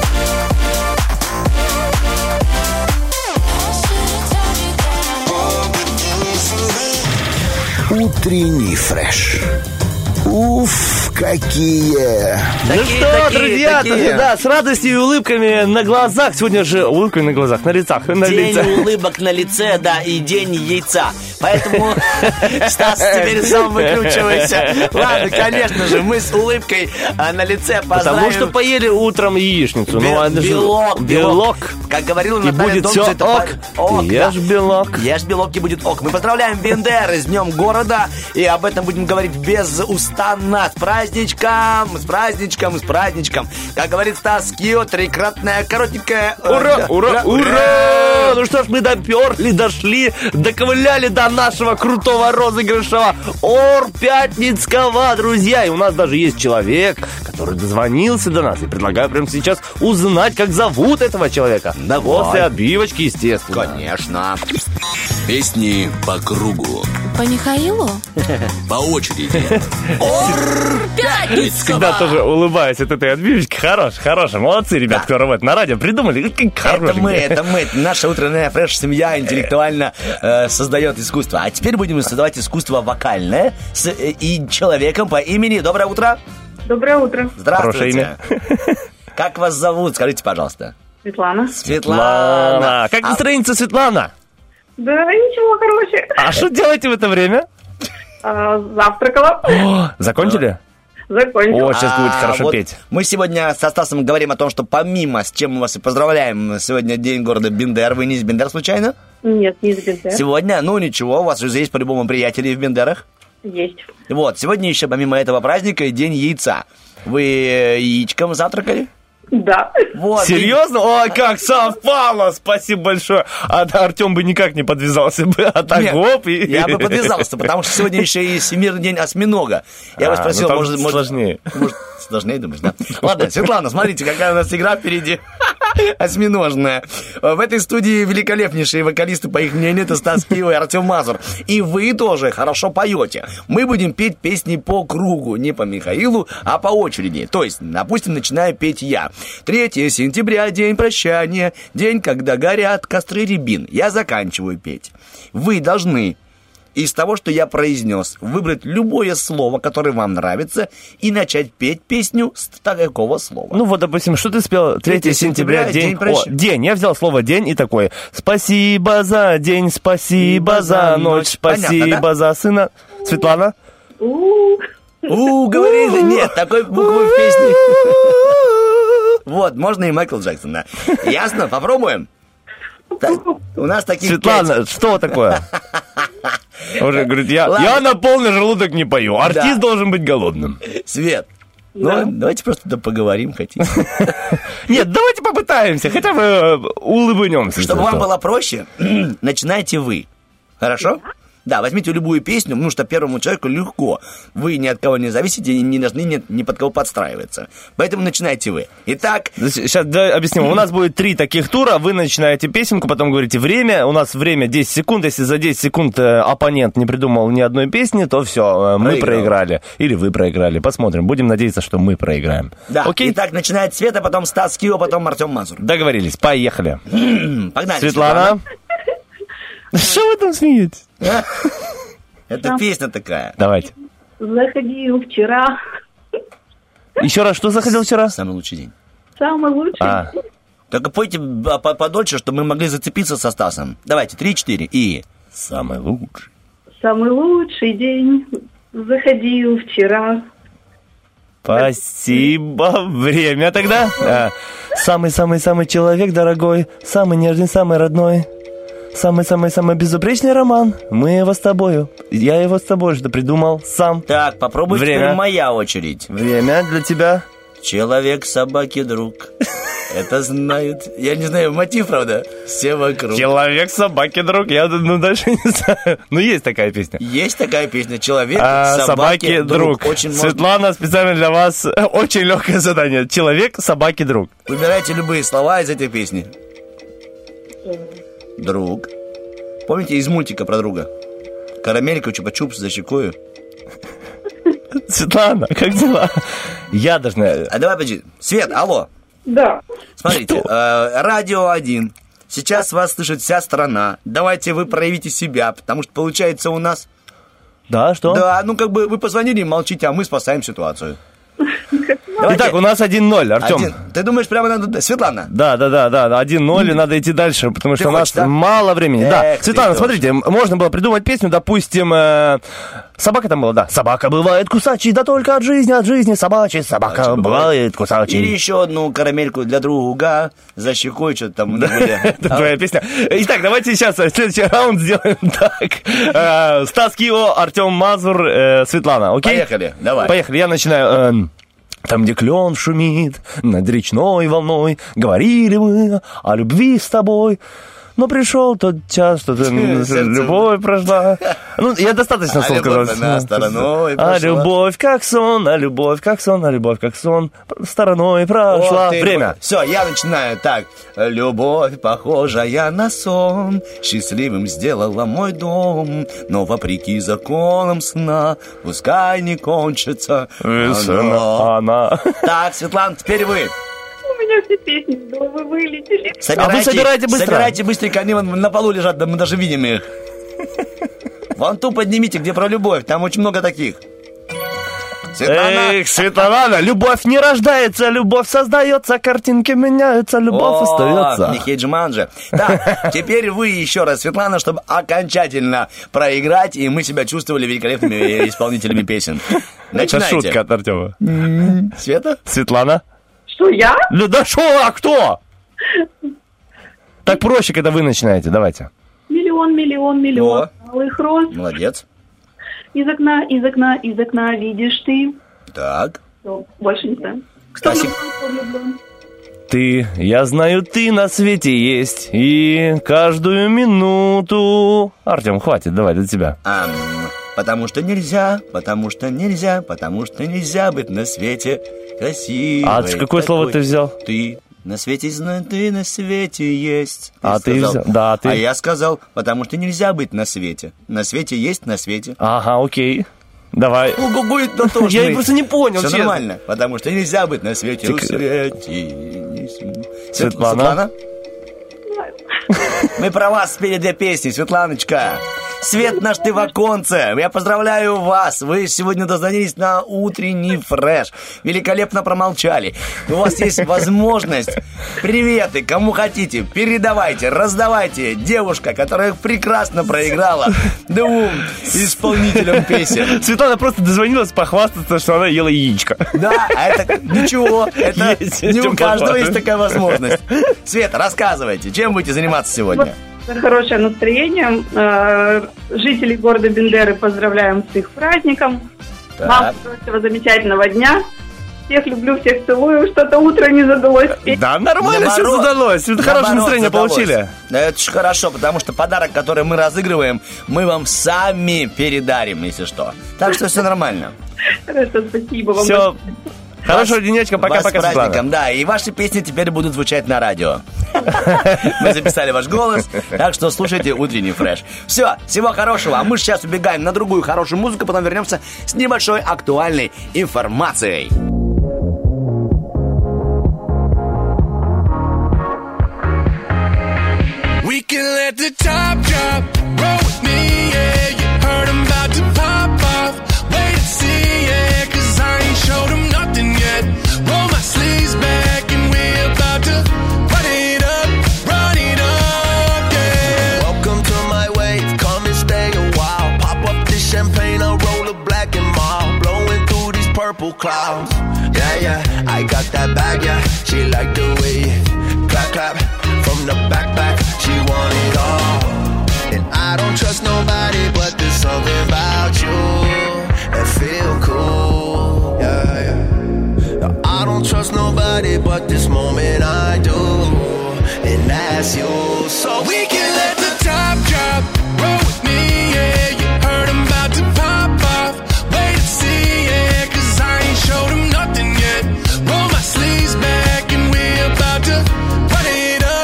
Утренний фреш. Уф, какие! Ну Такие, что, такие, друзья, такие. да, с радостью и улыбками на глазах. Сегодня же улыбками на глазах, на лицах, на День лице. улыбок на лице, да, и день яйца. Поэтому, Стас, теперь сам выкручивайся. Ладно, конечно же, мы с улыбкой а, на лице поздравим. Потому что поели утром яичницу. Бе- Ну, это же белок, белок. Как говорила И Наталья будет Донцова, все это ок. по- ок, Ты ешь да. белок. Ешь белок, и будет ок. Мы поздравляем Бендеры с Днем города, и об этом будем говорить безустанно. С праздничком, с праздничком, с праздничком. Как говорит Стас Кио, трикратная коротенькая... э, Ура, да, ура, ура! Ну что ж, мы доперли, дошли, доковыляли до нашего крутого розыгрышного Ор Пятницкого, друзья. И у нас даже есть человек, который дозвонился до нас. И предлагаю прямо сейчас узнать, как зовут этого человека. Давай. После отбивочки, естественно. Конечно. Песни по кругу. По Михаилу? По очереди. Всегда тоже улыбаюсь от этой отбивочки. Хорош, хорош. Молодцы, ребят, кто работает на радио. Придумали. Это мы, это мы. Наша утренняя фреш-семья интеллектуально э, создает искусство. А теперь будем создавать искусство вокальное с э, и человеком по имени. Доброе утро. Доброе утро. Здравствуйте. Как вас зовут? Скажите, пожалуйста. Светлана. Светлана. Как настроение, Светлана? Да, ничего, короче. А что делаете в это время? А, завтракала. О, закончили? Закончила. О, сейчас будет А, хорошо вот петь. Мы сегодня со Стасом говорим о том, что помимо, с чем мы вас и поздравляем, сегодня день города Бендер. Вы не из Бендер случайно? Нет, не из Бендер. Сегодня, ну ничего, у вас же есть по-любому приятели в Бендерах. Есть. Вот, сегодня еще помимо этого праздника и день яйца. Вы яичком завтракали? Да. Вот. Серьезно? Ой, как совпало! Спасибо большое. А Артем бы никак не подвязался бы. А так Нет, гоп и... я бы подвязался, потому что сегодня еще и Всемирный день осьминога. Я А, бы спросил, ну там может, может... сложнее. Может, сложнее, думаешь, да? Ладно, Светлана, смотрите, какая у нас игра впереди. Осьминожная. В этой студии великолепнейшие вокалисты, по их мнению, это Стас Кио и Артем Мазур. И вы тоже хорошо поете. Мы будем петь песни по кругу, не по Михаилу, а по очереди. То есть, допустим, начинаю петь я. третьего сентября, день прощания, день, когда горят костры рябин. Я заканчиваю петь. Вы должны из того, что я произнес, выбрать любое слово, которое вам нравится, и начать петь песню с такого слова. Ну вот, допустим, что ты спел? третьего сентября, день... день прощания. О, день. Я взял слово день и такой. Спасибо за день, спасибо за ночь, спасибо Понятно, да? за сына. Светлана? У, говорили, нет, такой буквы в песне. Вот, можно и Майкл Джексон, да. Ясно? Попробуем? Так, у нас таких Светлана, пять. что такое? Уже говорит, я, я на полный желудок не пою. Артист Да. должен быть голодным. Свет, Да. ну, давайте просто да поговорим, хотите. Нет, давайте попытаемся, хотя бы э, улыбнемся. Чтобы если вам что. было проще, начинайте вы. Хорошо? Да, возьмите любую песню, потому что первому человеку легко. Вы ни от кого не зависите и не должны ни, ни под кого подстраиваться. Поэтому начинайте вы. Итак... Сейчас давай объясним. У нас будет три таких тура. Вы начинаете песенку, потом говорите время. У нас время десять секунд. Если за десять секунд э, оппонент не придумал ни одной песни, то все, э, мы Проиграл. проиграли. Или вы проиграли. Посмотрим. Будем надеяться, что мы проиграем. Да, Окей? итак, начинает Света, потом Стас Кио, потом Артем Мазур. Договорились. Поехали. Погнали, Светлана. Что вы там смеетесь? Это песня такая. Давайте. Заходил вчера. Еще раз, что заходил вчера? Самый лучший день. Самый лучший. А, Только пойте а, по- подольше, чтобы мы могли зацепиться со Стасом. Давайте, три-четыре и... самый лучший. Самый лучший день. Заходил вчера. Спасибо. Время тогда. А, Самый-самый-самый человек дорогой, самый нежный, самый родной. Самый-самый-самый безупречный роман. Мы его с тобою. Я его с тобой же придумал сам. Так, попробуй Время. теперь моя очередь. Время для тебя. Человек, собаки, друг. Это знают. Я не знаю, мотив, правда? Все вокруг. Человек, собаки, друг. Я ну, дальше не знаю. Ну, есть такая песня. Есть такая песня. Человек, А, собаки, собаки, друг. Очень можно... Светлана, специально для вас э, очень легкое задание. Человек, собаки, друг. Выбирайте любые слова из этой песни. Друг. Помните из мультика про друга? Карамелька, чупа-чупс за щекою. Светлана, как дела? Я должна... А давай, подожди. Свет, алло. Да. Смотрите, э, радио один. Сейчас вас слышит вся страна. Давайте вы проявите себя, потому что получается у нас... Да, что? Да, ну как бы вы позвонили и молчите, а мы спасаем ситуацию. Давайте. Итак, у нас один ноль, Артем. Один. Ты думаешь, прямо надо... Светлана? Да, да, да, да, один ноль, и надо идти дальше, потому Ты что у нас хочешь, да? мало времени. Эх, Да, ты Светлана, тоже. смотрите, можно было придумать песню, допустим, э, собака там была, да. Собака бывает кусачей, да только от жизни, от жизни собачьей. Собака Собачка бывает кусачей. Или еще одну карамельку для друга за щекой, что-то там. Да. Это твоя песня. Итак, давайте сейчас следующий раунд сделаем так. Э, Стас Кио, Артем Мазур, э, Светлана, окей? Поехали, давай. Поехали, я начинаю. Эм, Там, где клен шумит над речной волной, говорили мы о любви с тобой. Но пришел тот час, что ты любовь прошла. Ну, я достаточно слов сказал. А любовь как сон, а любовь как сон, а любовь как сон стороной прошла. Время. Все, я начинаю так. Любовь, похожая на сон, счастливым сделала мой дом, но вопреки законам сна, пускай не кончится она. она. Так, Светлана, теперь вы. У меня все песни с головы вылетели. Собирайте, а вы собирайте быстро. Собирайте быстренько, они вон на полу лежат, да мы даже видим их. Вон ту поднимите, где про любовь, там очень много таких. Светлана. Эх, Светлана, любовь не рождается, любовь создается, картинки меняются, любовь остается. Михей Джуманджи. Так, теперь вы еще раз, Светлана, чтобы окончательно проиграть, и мы себя чувствовали великолепными исполнителями песен. Начинайте. Это шутка от Артема. Света? Светлана? Что, я? Ну да шо, а кто? Так проще, когда вы начинаете, давайте. Миллион, миллион, миллион алых роз. Молодец. Из окна, из окна, из окна видишь ты. Так. Все, больше не знаю. Кто влюблен, кто влюблен? Ты, я знаю, ты на свете есть, и каждую минуту... Артем, хватит, давай, до тебя. А, потому что нельзя, потому что нельзя, потому что нельзя быть на свете красивой. А какое слово ты взял? Ты. На свете знаю, ты на свете есть. Ты а сказал. Ты взял? Да, ты. А я сказал, потому что нельзя быть на свете. На свете есть, на свете. Ага, окей. Давай. Ну, будет дотошный. Я просто не понял, Все честно. нормально, потому что нельзя быть на свете. Тик... свете. Светлана. Светлана? Мы про вас спели две песни, Светланочка. Свет наш ты в оконце. Я поздравляю вас. Вы сегодня дозвонились на утренний фреш. Великолепно промолчали. У вас есть возможность. Приветы, кому хотите, передавайте, раздавайте. Девушка, которая прекрасно проиграла двум исполнителям песен. Светлана просто дозвонилась похвастаться, что она ела яичко. Да, а это ничего. Это есть, не у каждого есть такая возможность. Света, рассказывайте, чем будете заниматься сегодня? Хорошее настроение. Жителей города Бендеры поздравляем с их праздником. Так. Вам хорошего, замечательного дня. Всех люблю, всех целую. Что-то утро не задалось. Да, нормально все задалось. Хорошее настроение получили. Это же хорошо, потому что подарок, который мы разыгрываем, мы вам сами передарим, если что. Так что все нормально. Хорошо, спасибо вам. Все. Хорошего денечка, пока-пока, Светлана. С праздником, да, и ваши песни теперь будут звучать на радио. Мы записали ваш голос, так что слушайте утренний фреш. Все, всего хорошего, а мы сейчас убегаем на другую хорошую музыку, потом вернемся с небольшой актуальной информацией. We can let the top drop, roll with me, yeah. You heard I'm about to pop off, wait and see, yeah. Cause I ain't showed them nothing yet. Roll my sleeves back and we're about to run it up, run it up, yeah. Welcome to my wave, come and stay a while. Pop up this champagne, I'll roll a black and mild. Blowing through these purple clouds, yeah, yeah. I got that bag, yeah. She like the way clap, clap. From the back, back, she want it all. And I don't trust nobody, but there's something about you that feel cool, yeah, yeah. No, I don't trust nobody, but this moment I do. And that's you, so we can let the top drop, roll with me, yeah. You heard I'm about to pop off, wait and see, yeah. Cause I ain't showed them nothing yet. Roll my sleeves back and we're about to run it up.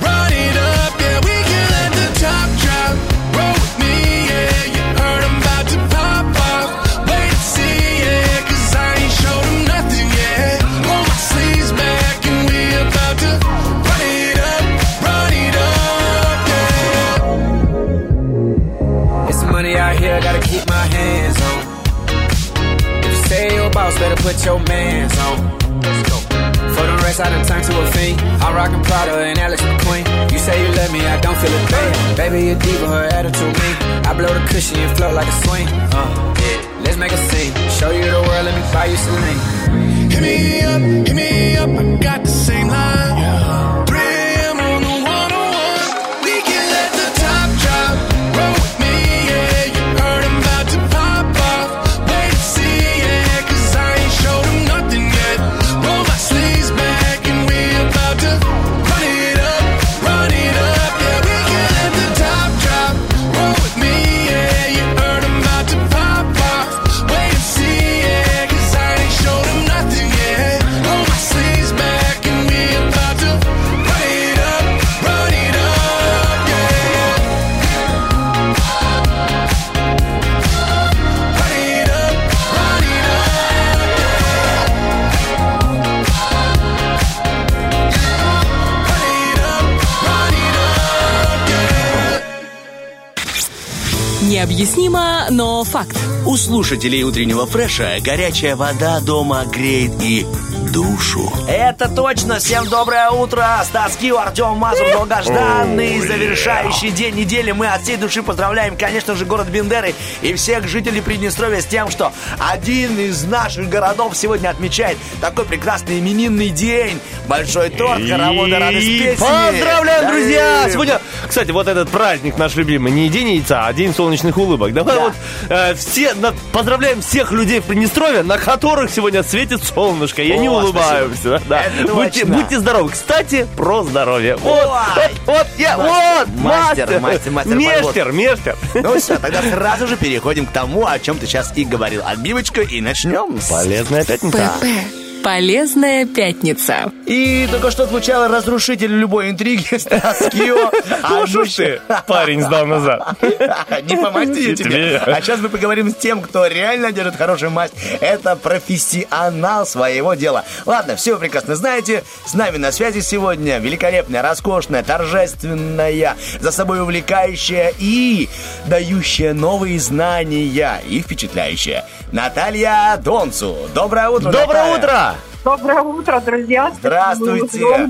Gotta keep my hands on. If you say you're a boss, better put your mans on. Let's go. For the rest, I done turned to a fiend. I'm rockin' Prada and Alex McQueen. You say you love me, I don't feel a thing. Baby, you're diva, her attitude mean. I blow the cushion and float like a swing. Uh, yeah. Let's make a scene. Show you the world, let me buy you some lean. Hit me up, hit me up. I got the same line. Yeah. three a.m. on the one oh one. We can let the top drop. Roll with me. Run it up, run it up, yeah, we can Необъяснимо, но факт. У слушателей утреннего фреша горячая вода дома греет и душу. Это точно! Всем доброе утро! Стас Кио, Артем Мазур, долгожданный завершающий день недели. Мы от всей души поздравляем, конечно же, город Бендеры и всех жителей Приднестровья с тем, что один из наших городов сегодня отмечает такой прекрасный именинный день. Большой торт, хороводы, радость песни. Поздравляем, друзья! Сегодня, кстати, вот этот праздник наш любимый, не день яйца, а день солнечных улыбок. Давай Да. вот э, все на- поздравляем всех людей в Приднестровье, на которых сегодня светит солнышко. И они О, улыбаются. Да. Это Будьте, точно. будьте здоровы. Кстати, про здоровье. Вот, вот, вот, я, Мастер, вот, мастер, мастер, мастер, Мештер, мештер. Ну все, тогда сразу же переходим к тому, о чем ты сейчас и говорил. Отбивочка, и начнем. Полезная пятница. ПП. Полезная пятница. И только что звучало разрушитель любой интриги Стас Кио. Ну что ж ты, парень сдал назад. Не по масти я тебе. Тебе. А сейчас мы поговорим с тем, кто реально держит хорошую масть. Это профессионал своего дела. Ладно, все вы прекрасно знаете. С нами на связи сегодня великолепная, роскошная, торжественная, за собой увлекающая и дающая новые знания и впечатляющая Наталья Донцу. Доброе утро, Доброе Наталья. утро! Доброе утро, друзья. Здравствуйте.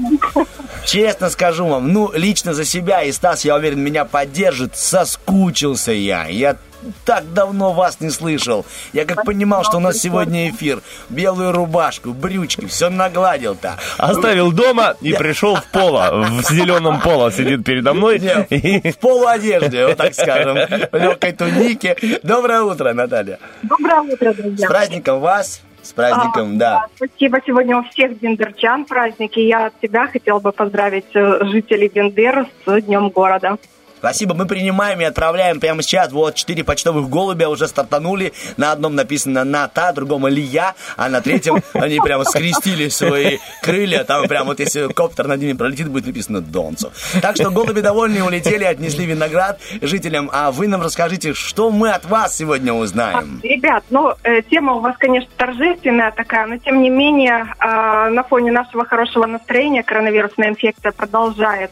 Честно скажу вам, ну, лично за себя, и Стас, я уверен, меня поддержит, соскучился я. Я так давно вас не слышал. Я как понимал, что у нас сегодня эфир. Белую рубашку, брючки, все нагладил-то. Оставил дома и пришел в поло. В зеленом поло сидит передо мной. Не, И- в полуодежде, вот так скажем. В легкой тунике. Доброе утро, Наталья. Доброе утро, друзья. С праздником вас. С праздником, А, да. Спасибо. Сегодня у всех бендерчан праздники. Я от себя хотела бы поздравить э, жителей Бендер с Днем города. Спасибо, мы принимаем и отправляем прямо сейчас. Вот четыре почтовых голубя уже стартанули. На одном написано «Ната», другом «Илья», а на третьем они прямо скрестили свои крылья. Там прямо вот если коптер над ними пролетит, будет написано «Донцу». Так что голуби довольные улетели, отнесли виноград жителям. А вы нам расскажите, что мы от вас сегодня узнаем? Ребят, ну, э, тема у вас, конечно, торжественная такая, но, тем не менее, э, на фоне нашего хорошего настроения коронавирусная инфекция продолжает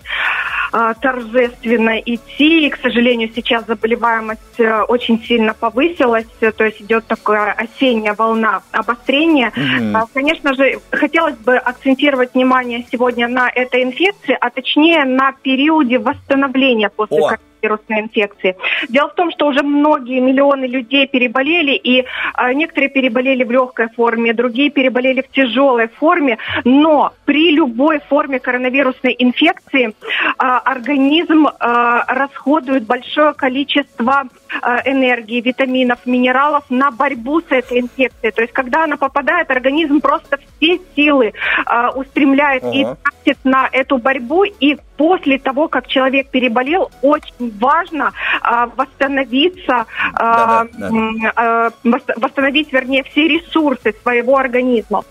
э, торжественно идти. И, к сожалению, сейчас заболеваемость э, очень сильно повысилась, э, то есть идет такая осенняя волна обострения. Мгм. Э, Конечно же, хотелось бы акцентировать внимание сегодня на этой инфекции, а точнее на периоде восстановления после О. коронавирусной инфекции. Дело в том, что уже многие миллионы людей переболели, и а, некоторые переболели в легкой форме, другие переболели в тяжелой форме, но при любой форме коронавирусной инфекции а, организм а, расходует большое количество а, энергии, витаминов, минералов на борьбу с этой инфекцией. То есть, когда она попадает, организм просто все силы а, устремляет и Ага. тратит на эту борьбу, и после того, как человек переболел, очень важно а, восстановиться, а, Да-да, да. м, а, вос- восстановить, вернее, все ресурсы своего организма.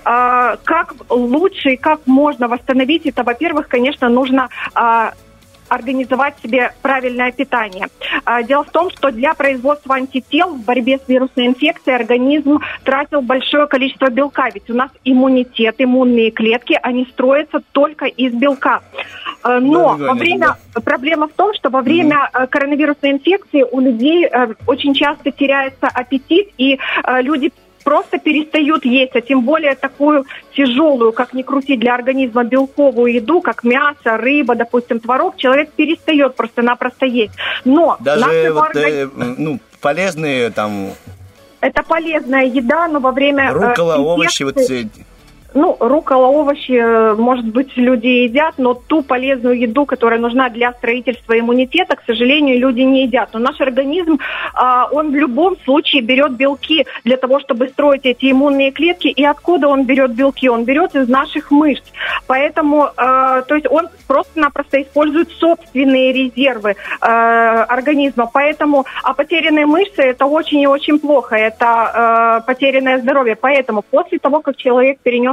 А, как лучше и как можно восстановить это? Во-первых, конечно, нужно а, организовать себе правильное питание. А, Дело в том, что для производства антител в борьбе с вирусной инфекцией организм тратил большое количество белка, ведь у нас иммунитет, иммунные клетки, они строятся только из белка. А, Но Да, во да, время, проблема в том, что во время э, коронавирусной инфекции у людей э, очень часто теряется аппетит, и э, люди просто перестают есть, а тем более такую тяжелую, как ни крути, для организма белковую еду, как мясо, рыба, допустим, творог, человек перестает просто-напросто есть. Но Даже нашему вот, органи- э, ну, полезные там это полезная еда, но во время э, руккола, овощи, вот инфекции- все. Ну, руккола, овощи, э, может быть, люди едят, но ту полезную еду, которая нужна для строительства иммунитета, к сожалению, люди не едят. Но наш организм, а, он в любом случае берет белки для того, чтобы строить эти иммунные клетки. И откуда он берет белки? Он берет из наших мышц. Поэтому, а, то есть он просто-напросто использует собственные резервы а, организма. Поэтому, а потерянные мышцы – это очень и очень плохо. Это а, потерянное здоровье. Поэтому после того, как человек перенес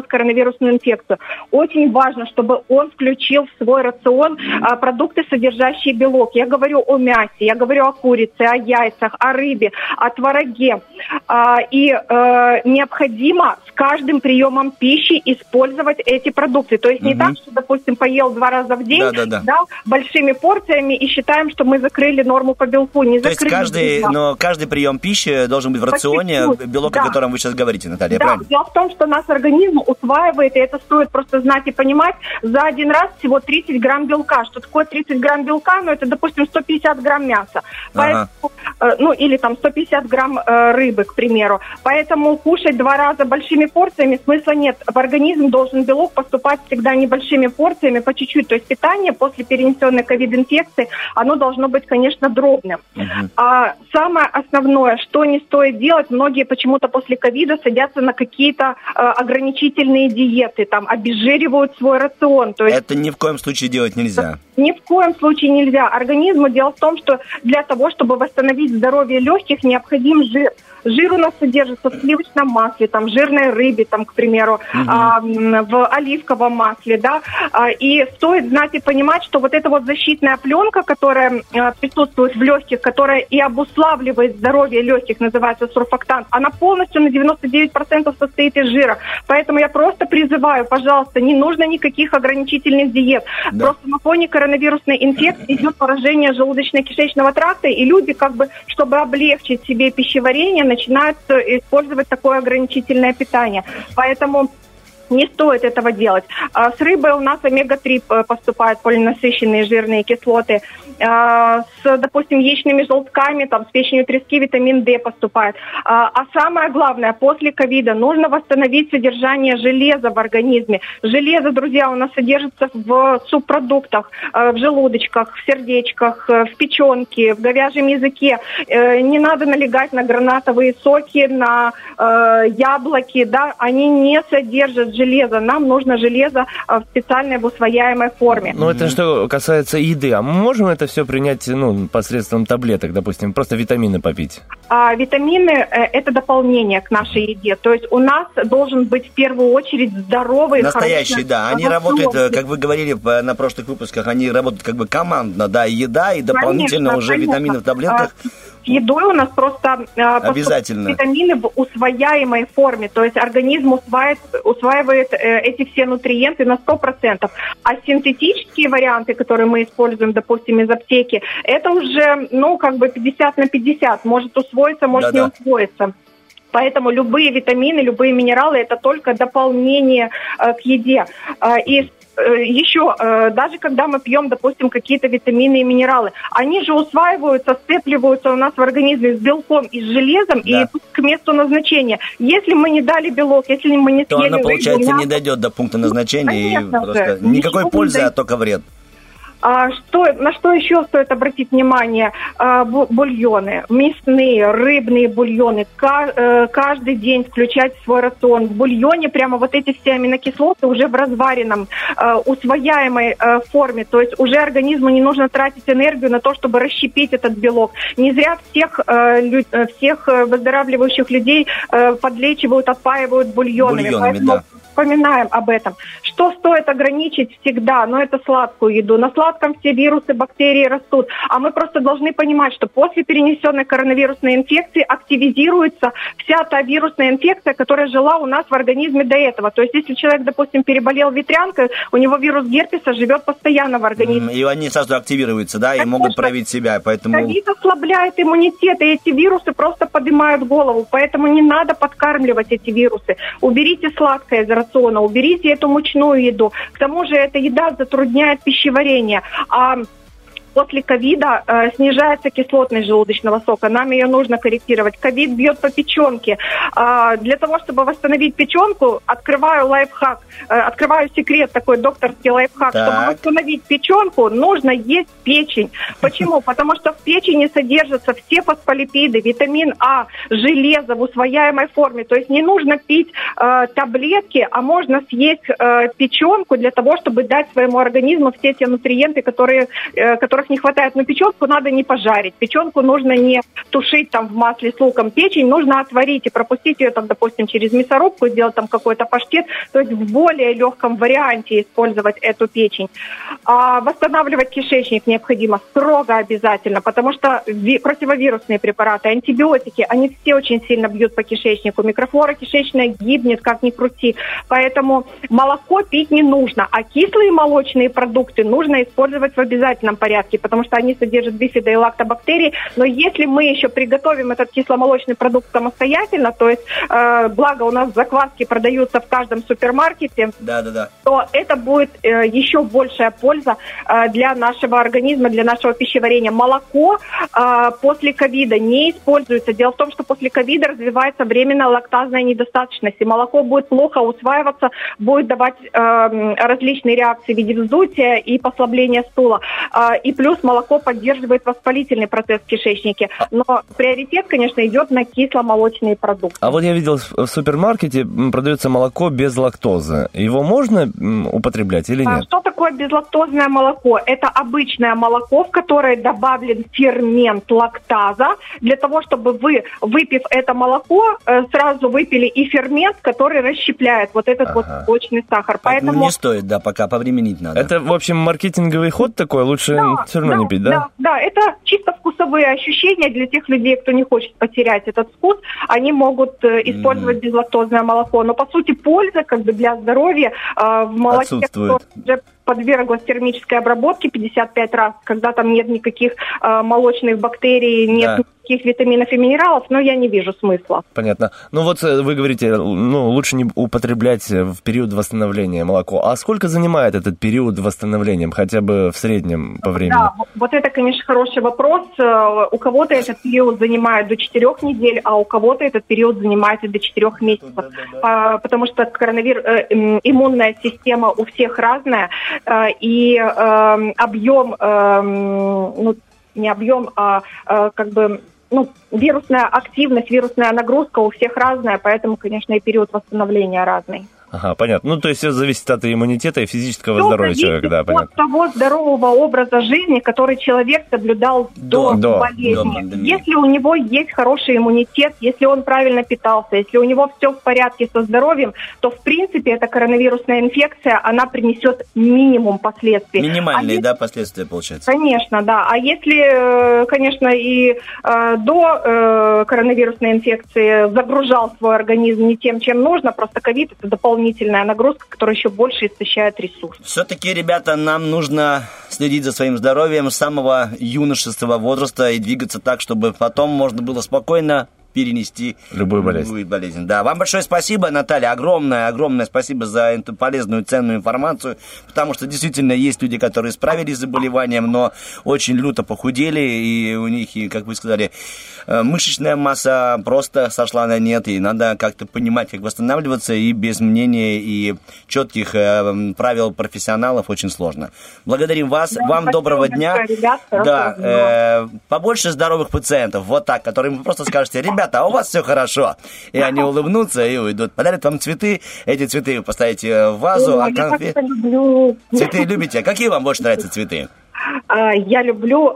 перенес коронавирусную инфекцию. Очень важно, чтобы он включил в свой рацион а, продукты, содержащие белок. Я говорю о мясе, я говорю о курице, о яйцах, о рыбе, о твороге. А, и а, необходимо с каждым приемом пищи использовать эти продукты. То есть не Мгм. так, что, допустим, поел два раза в день, Да-да-да. да, большими порциями и считаем, что мы закрыли норму по белку. Не То есть закрыли, каждый, друзья. но каждый прием пищи должен быть в рационе, чуть-чуть, белок, да. о котором вы сейчас говорите, Наталья, Да, правильно? дело в том, что наш организм усваивает, и это стоит просто знать и понимать, за один раз всего тридцать грамм белка. Что такое тридцать грамм белка? Ну, это, допустим, сто пятьдесят грамм мяса. Ага. Поэтому, э, ну, или там сто пятьдесят грамм э, рыбы, к примеру. Поэтому кушать два раза большими порциями смысла нет. В организм должен белок поступать всегда небольшими порциями, по чуть-чуть. То есть питание после перенесенной ковид-инфекции, оно должно быть, конечно, дробным. Мгм. А самое основное, что не стоит делать, многие почему-то после ковида садятся на какие-то э, ограничительные диеты, там, обезжиривают свой рацион. То есть Это ни в коем случае делать нельзя. ни в коем случае нельзя. Организму дело в том, что для того, чтобы восстановить здоровье легких, необходим жир. Жир у нас содержится в сливочном масле, там, жирной рыбе, там, к примеру, а, м, в оливковом масле, да. А, и стоит знать и понимать, что вот эта вот защитная пленка, которая а, присутствует в легких, которая и обуславливает здоровье легких, называется сурфактант, она полностью на девяносто девять процентов состоит из жира. Поэтому я просто призываю, пожалуйста, не нужно никаких ограничительных диет. Да. Просто на фоне коронавирусной инфекции идет поражение желудочно-кишечного тракта, и люди, как бы, чтобы облегчить себе пищеварение, начинают э, использовать такое ограничительное питание. Поэтому не стоит этого делать. А с рыбой у нас омега три п- поступают полинасыщенные жирные кислоты. А с, допустим, яичными желтками, там, с печенью трески витамин D поступает. А, а самое главное, после ковида нужно восстановить содержание железа в организме. Железо, друзья, у нас содержится в субпродуктах, э, в желудочках, в сердечках, э, в печенке, в говяжьем языке. Э, Не надо налегать на гранатовые соки, на э, яблоки, да, они не содержат железо. Нам нужно железо э, в специальной, в усвояемой форме. Ну, это что касается еды. А мы можем это все принять, ну, посредством таблеток, допустим, просто витамины попить? А витамины э, – это дополнение к нашей еде. То есть у нас должен быть в первую очередь здоровый, Настоящие, хороший да. Они рацион. работают, э, как вы говорили по- на прошлых выпусках, они работают как бы командно, да, и еда, и дополнительно Конечно, уже конечно. витамины в таблетках. А, с едой у нас просто э, Обязательно. поступают витамины в усвояемой форме. То есть организм усваивает, усваивает э, эти все нутриенты на сто процентов. А синтетические варианты, которые мы используем, допустим, из аптеки, это уже, ну, как бы пятьдесят на пятьдесят. Может усвоиться, может Да-да. не усвоиться. Поэтому любые витамины, любые минералы – это только дополнение э, к еде. Э, и еще, э, даже когда мы пьем, допустим, какие-то витамины и минералы, они же усваиваются, сцепливаются у нас в организме с белком и с железом, Да. и идут к месту назначения. Если мы не дали белок, если мы не То съели она, рыбу, получается, мясо, не дойдет до пункта назначения. и конечно же. просто Ничего никакой не пользы, а дойдет. только вред. А что, на что еще стоит обратить внимание? А, бу- бульоны, мясные, рыбные бульоны. Ка- э, каждый день включать в свой рацион. В бульоне прямо вот эти все аминокислоты уже в разваренном, э, усвояемой э, форме. То есть уже организму не нужно тратить энергию на то, чтобы расщепить этот белок. Не зря всех, э, лю- э, всех э, выздоравливающих людей э, подлечивают, отпаивают бульонами. Бульонами, Поэтому да. вспоминаем об этом. Что стоит ограничить всегда? Ну, это сладкую еду. На сладком все вирусы, бактерии растут. А мы просто должны понимать, что после перенесенной коронавирусной инфекции активизируется вся та вирусная инфекция, которая жила у нас в организме до этого. То есть, если человек, допустим, переболел ветрянкой, у него вирус герпеса живет постоянно в организме. И они сразу активируются, да, и Конечно. могут проявить себя, поэтому... Ковид ослабляет иммунитет, и эти вирусы просто поднимают голову. Поэтому не надо подкармливать эти вирусы. Уберите сладкое из рациона, уберите эту мучную еду. К тому же эта еда затрудняет пищеварение. А после ковида э, снижается кислотность желудочного сока. Нам ее нужно корректировать. Ковид бьет по печенке. А, для того, чтобы восстановить печенку, открываю лайфхак, э, открываю секрет, такой докторский лайфхак. Так. Чтобы восстановить печенку, нужно есть печень. Почему? Потому что в печени содержатся все фосфолипиды, витамин А, железо в усвояемой форме. То есть не нужно пить э, таблетки, а можно съесть э, печенку для того, чтобы дать своему организму все те нутриенты, которые, э, которых которых не хватает. Но печенку надо не пожарить. Печенку нужно не тушить там в масле с луком. Печень нужно отварить и пропустить ее там, допустим, через мясорубку, сделать там какой-то паштет. То есть в более легком варианте использовать эту печень. А восстанавливать кишечник необходимо строго обязательно, потому что ви- противовирусные препараты, антибиотики, они все очень сильно бьют по кишечнику. Микрофлора кишечная гибнет, как ни крути. Поэтому молоко пить не нужно, а кислые молочные продукты нужно использовать в обязательном порядке, потому что они содержат бифидо- и лактобактерии. Но если мы еще приготовим этот кисломолочный продукт самостоятельно, то есть, э, благо у нас закваски продаются в каждом супермаркете, Да, да, да. то это будет э, еще большая польза э, для нашего организма, для нашего пищеварения. Молоко э, после ковида не используется. Дело в том, что после ковида развивается временная лактазная недостаточность, и молоко будет плохо усваиваться, будет давать э, различные реакции в виде вздутия и послабления стула. Э, и плюс молоко поддерживает воспалительный процесс в кишечнике. Но приоритет, конечно, идет на кисломолочные продукты. А вот я видел в супермаркете м, продается молоко без лактозы. Его можно м, употреблять или А нет? Что такое безлактозное молоко? Это обычное молоко, в которое добавлен фермент лактаза, для того, чтобы вы, выпив это молоко, э, сразу выпили и фермент, который расщепляет вот этот вот молочный сахар. Поэтому Поэтому не стоит, да, пока повременить надо. Это, в общем, маркетинговый ход такой, лучше все равно не пить, да? Да, да, это чисто вкусовые ощущения для тех людей, кто не хочет потерять этот вкус. Они могут э, использовать безлактозное молоко. Но, по сути, польза как бы для здоровья э, в молоке, Отсутствует. которое уже подверглось термической обработке пятьдесят пять раз, когда там нет никаких э, молочных бактерий, нет Да. никаких витаминов и минералов, но я не вижу смысла. Понятно. Ну вот э, вы говорите, ну лучше не употреблять в период восстановления молоко. А сколько занимает этот период восстановления, хотя бы в среднем по времени? Да, вот это, конечно, хороший вопрос. Э, У кого-то этот период занимает до четырех недель, а у кого-то этот период занимает и до четырех месяцев. А, Потому что коронавир... э, м, иммунная система у всех разная, э, и э, объем, э, ну, не объем, а э, как бы... Ну, вирусная активность, вирусная нагрузка у всех разная, поэтому, конечно, и период восстановления разный. Ага, понятно. Ну, то есть все зависит от иммунитета и физического Всё здоровья зависит человека, да, от понятно. того здорового образа жизни, который человек соблюдал до, До, до, болезни. до пандемии. Если у него есть хороший иммунитет, если он правильно питался, если у него все в порядке со здоровьем, то, в принципе, эта коронавирусная инфекция, она принесет минимум последствий. Минимальные, А да, последствия, получается? Конечно, да. А если, э, конечно, и э, до э, коронавирусной инфекции загружал свой организм не тем, чем нужно, просто ковид – это дополнительная нагрузка, которая еще больше истощает ресурс. Все-таки, ребята, нам нужно следить за своим здоровьем с самого юношеского возраста и двигаться так, чтобы потом можно было спокойно перенести любую болезнь. Любую болезнь. Да, вам большое спасибо, Наталья, огромное, огромное спасибо за эту полезную, ценную информацию, потому что действительно есть люди, которые справились с заболеванием, но очень люто похудели, и у них, и, как вы сказали, мышечная масса просто сошла на нет, и надо как-то понимать, как восстанавливаться, и без мнения и четких э, правил профессионалов очень сложно. Благодарим вас, Да, вам доброго дня. большое, ребят, да, хорошего э, побольше здоровых пациентов, вот так, которым вы просто скажете: ребята, а у вас все хорошо. И они улыбнутся и уйдут. Подарят вам цветы, эти цветы вы поставите в вазу, Ой, а я конфет... так люблю. Цветы любите? Какие вам больше нравятся цветы? А, Я люблю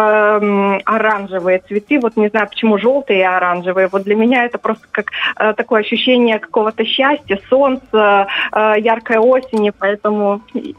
э, оранжевые цветы. Вот не знаю, почему желтые и оранжевые. Вот для меня это просто как э, такое ощущение какого-то счастья, солнца, э, яркой осени. Поэтому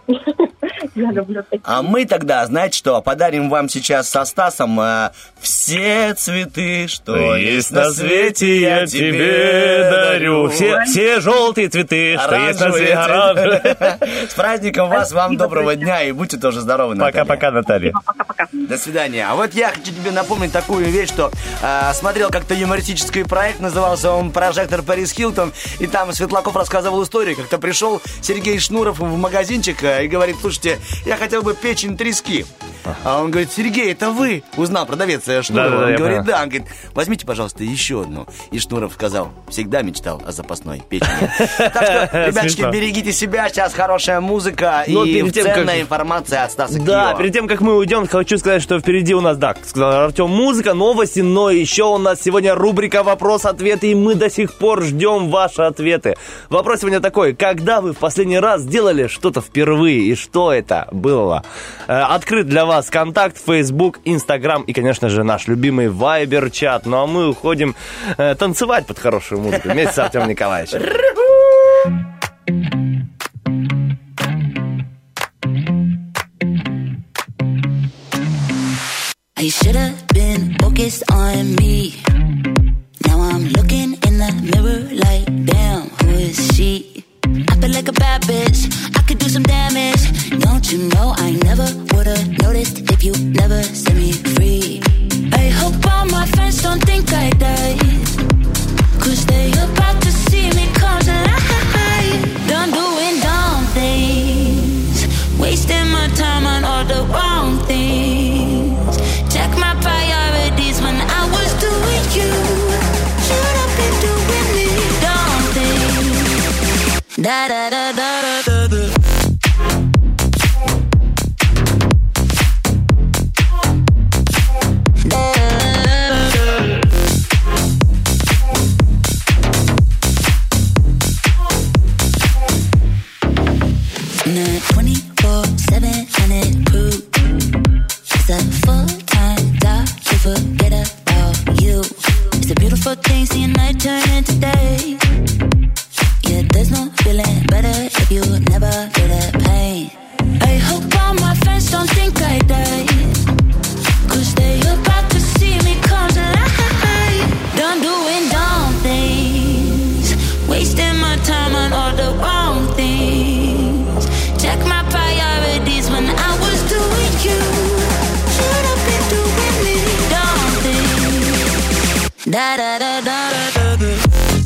я люблю такие. А мы тогда, знаете что, подарим вам сейчас со Стасом э, все цветы, что есть на свете, я тебе дарю. Все, все желтые цветы, что есть на свете. Оранжевые цветы. Оранжевые. С праздником вас, вам доброго дня, и будьте тоже здоровы, Наталья. Пока-пока, Наталья. До свидания. А вот я хочу тебе напомнить такую вещь, что э, смотрел как-то юмористический проект, назывался он «Прожектор Пэрис Хилтон», и там Светлаков рассказывал историю, как-то пришел Сергей Шнуров в магазинчик э, и говорит: слушайте, я хотел бы печень трески. А он говорит: Сергей, это вы? Узнал продавец э, Шнурова. Да-да-да, он я говорит: понял. да. Он говорит: возьмите, пожалуйста, еще одну. И Шнуров сказал: всегда мечтал о запасной печени. Так что, ребяточки, Смешно. берегите себя, сейчас хорошая музыка Но и перед тем, ценная как- информация от Стаса Да, Киева. перед тем, как мы уйдем, хочу сказать, что впереди у нас, да, как сказал Артем, музыка, новости, но еще у нас сегодня рубрика «Вопрос-ответы», и мы до сих пор ждем ваши ответы. Вопрос сегодня такой: когда вы в последний раз делали что-то впервые, и что это было? Э, Открыт для вас вас контакт, Facebook, Instagram и, конечно же, наш любимый Viber-чат. Ну а мы уходим э, танцевать под хорошую музыку вместе с Артемом Николаевичем. I should have been focused on me. Now I'm looking in the mirror like, damn, who is she? I feel like a bad bitch, I could do some damage. Don't you know I never would've noticed if you never set me free. I hope all my friends don't think I died, cause they about to see me come to life. Done doing dumb things, wasting my time on all the wrong things. Check my priorities when I was doing you. Should have been doing me. Dumb things. Da da da da da da da. twenty-four seven hundred proof. It's a full-time job to forget about you. It's a beautiful thing seeing night turn into day. Yeah, there's no feeling better if you never feel the pain. I hope all my friends don't think I died, cause they about to see me come to life. Done doing dumb things, wasting my time on all the wrong things. Check my priorities when I was doing you. Should have been doing me. Dumb things. Da da da da da da.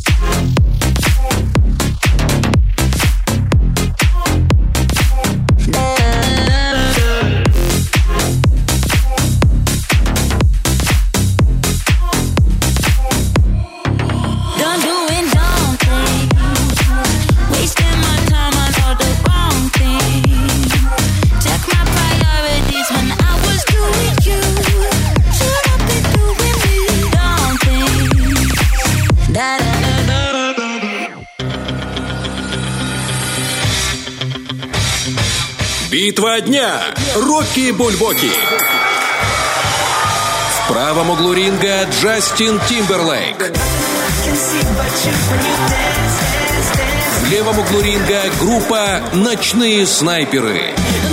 Битва дня. Рокки Бульбоки. В правом углу ринга Джастин Тимберлейк. В левом углу ринга группа «Ночные снайперы».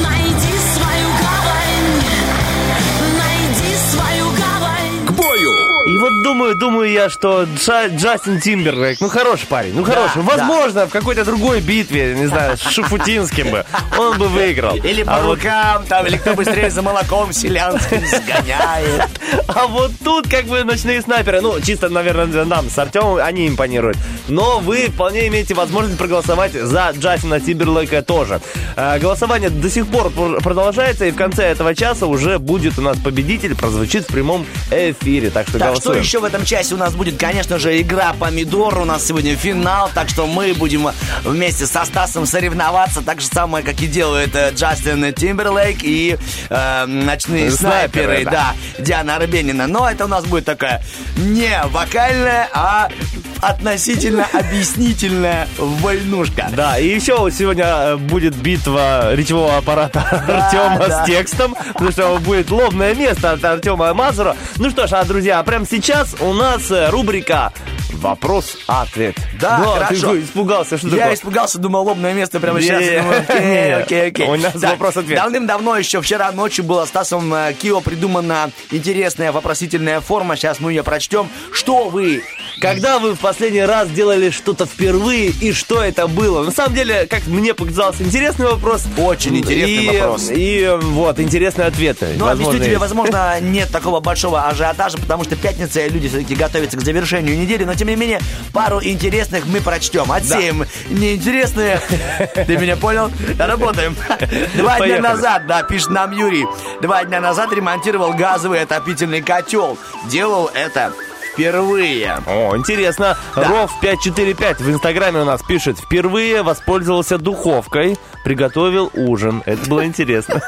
К бою! И вот думаю, думаю я, что Джа- Джастин Тимберлейк, ну хороший парень, ну хороший. Да, Возможно, да. в какой-то другой битве, не знаю, с Шуфутинским бы, он бы выиграл. Или по а рукам, вот... там, или кто быстрее за молоком селянским сгоняет. А вот тут как бы ночные снайперы, ну, чисто, наверное, нам с Артемом, они импонируют. Но вы вполне имеете возможность проголосовать за Джастина Тимберлейка тоже. А, голосование до сих пор продолжается, и в конце этого часа уже будет у нас победитель, прозвучит в прямом эфире. Так что Так, голосуем. что еще в этом часе у нас будет? Конечно же, игра «Помидор». У нас сегодня финал, так что мы будем вместе со Стасом соревноваться. Так же самое, как и делает э, Джастин Тимберлейк и э, «Ночные снайперы», снайперы, да. да, Диана Арбенина. Но это у нас будет такая не вокальная, а относительно объяснительная войнушка. Да, и еще сегодня будет битва речевого аппарата Да, Артема да. с текстом, потому что будет лобное место от Артема Мазура. Ну что ж, а, друзья, прямо сейчас у нас э, рубрика «Вопрос-ответ». Да, хорошо. Ты испугался, что Я такое? испугался, думал, лобное место прямо Не, сейчас. не, Думаю, окей, не. окей, окей. У нас Так, вопрос-ответ. Давным-давно, еще вчера ночью была Стасом э, Кио придумана интересная вопросительная форма. Сейчас мы ее прочтем. Что вы... Когда вы в последний раз делали что-то впервые и что это было? На самом деле, как мне показался, интересный вопрос. Очень интересный и, вопрос. И э, вот, интересные ответы. Ну, Возможно, объясню тебе, есть. возможно, нет такого большого ажиотажа, потому что пятница, и люди все-таки готовятся к завершению недели, но, тем не менее, пару интересных мы прочтем. Отсеем неинтересные. Ты меня понял? Работаем. Два дня Поехали. назад, да, пишет нам Юрий, два дня назад ремонтировал газовый отопительный котел. Делал это впервые. О, интересно. Да. Ров пять четыре пять в Инстаграме у нас пишет: впервые воспользовался духовкой, приготовил ужин. Это было интересно.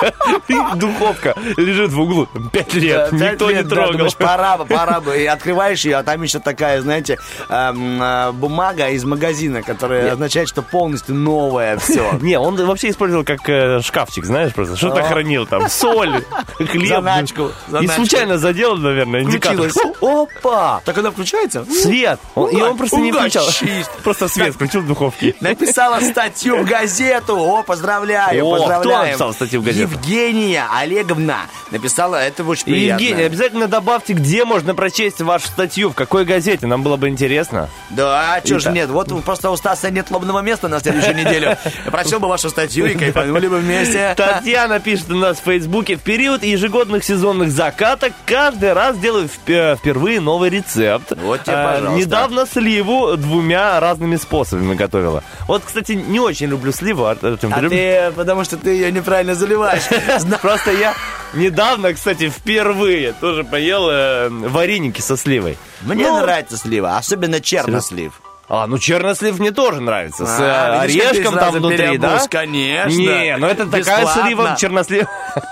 И духовка лежит в углу. Пять лет. Пять Никто лет, не да, трогал. думаешь, пора бы, пора бы. И открываешь ее, а там еще такая, знаете, эм, э, бумага из магазина, которая означает, что полностью новое все. Не, он вообще использовал как э, шкафчик, знаешь, просто. Что-то О. хранил там. Соль, хлеб. Заначку, И заначку. случайно задел, наверное, индикатор. Включилась. Опа! Так она включается? Свет. Он- И он просто не включал. Угощись. Просто свет включил в духовке. Написала статью в газету. О, поздравляю, О, поздравляем. кто написал статью в газету? Евгения Олеговна написала, это очень И, приятно. Евгений, обязательно добавьте, где можно прочесть вашу статью, в какой газете, нам было бы интересно. Да, что же Итак. нет, вот просто у Стаса нет лобного места на следующую неделю. Я прочел бы вашу статью и кайфанули бы вместе. Татьяна пишет у нас в Фейсбуке: в период ежегодных сезонных закаток каждый раз делаю вп- впервые новый рецепт. Вот тебе, А, пожалуйста. недавно сливу двумя разными способами готовила. Вот, кстати, не очень люблю сливу. Артем, ты А любишь? ты, потому что ты ее неправильно заливаешь. Просто я недавно, кстати, впервые тоже поел э, вареники со сливой. Мне Ну, нравится слива, особенно чернослив. А, ну чернослив мне тоже нравится. С А, э, видишь, как ты орешком сразу там внутри, да? переобулся, конечно. Не, ну это такая Бесплатно. слива, чернослив.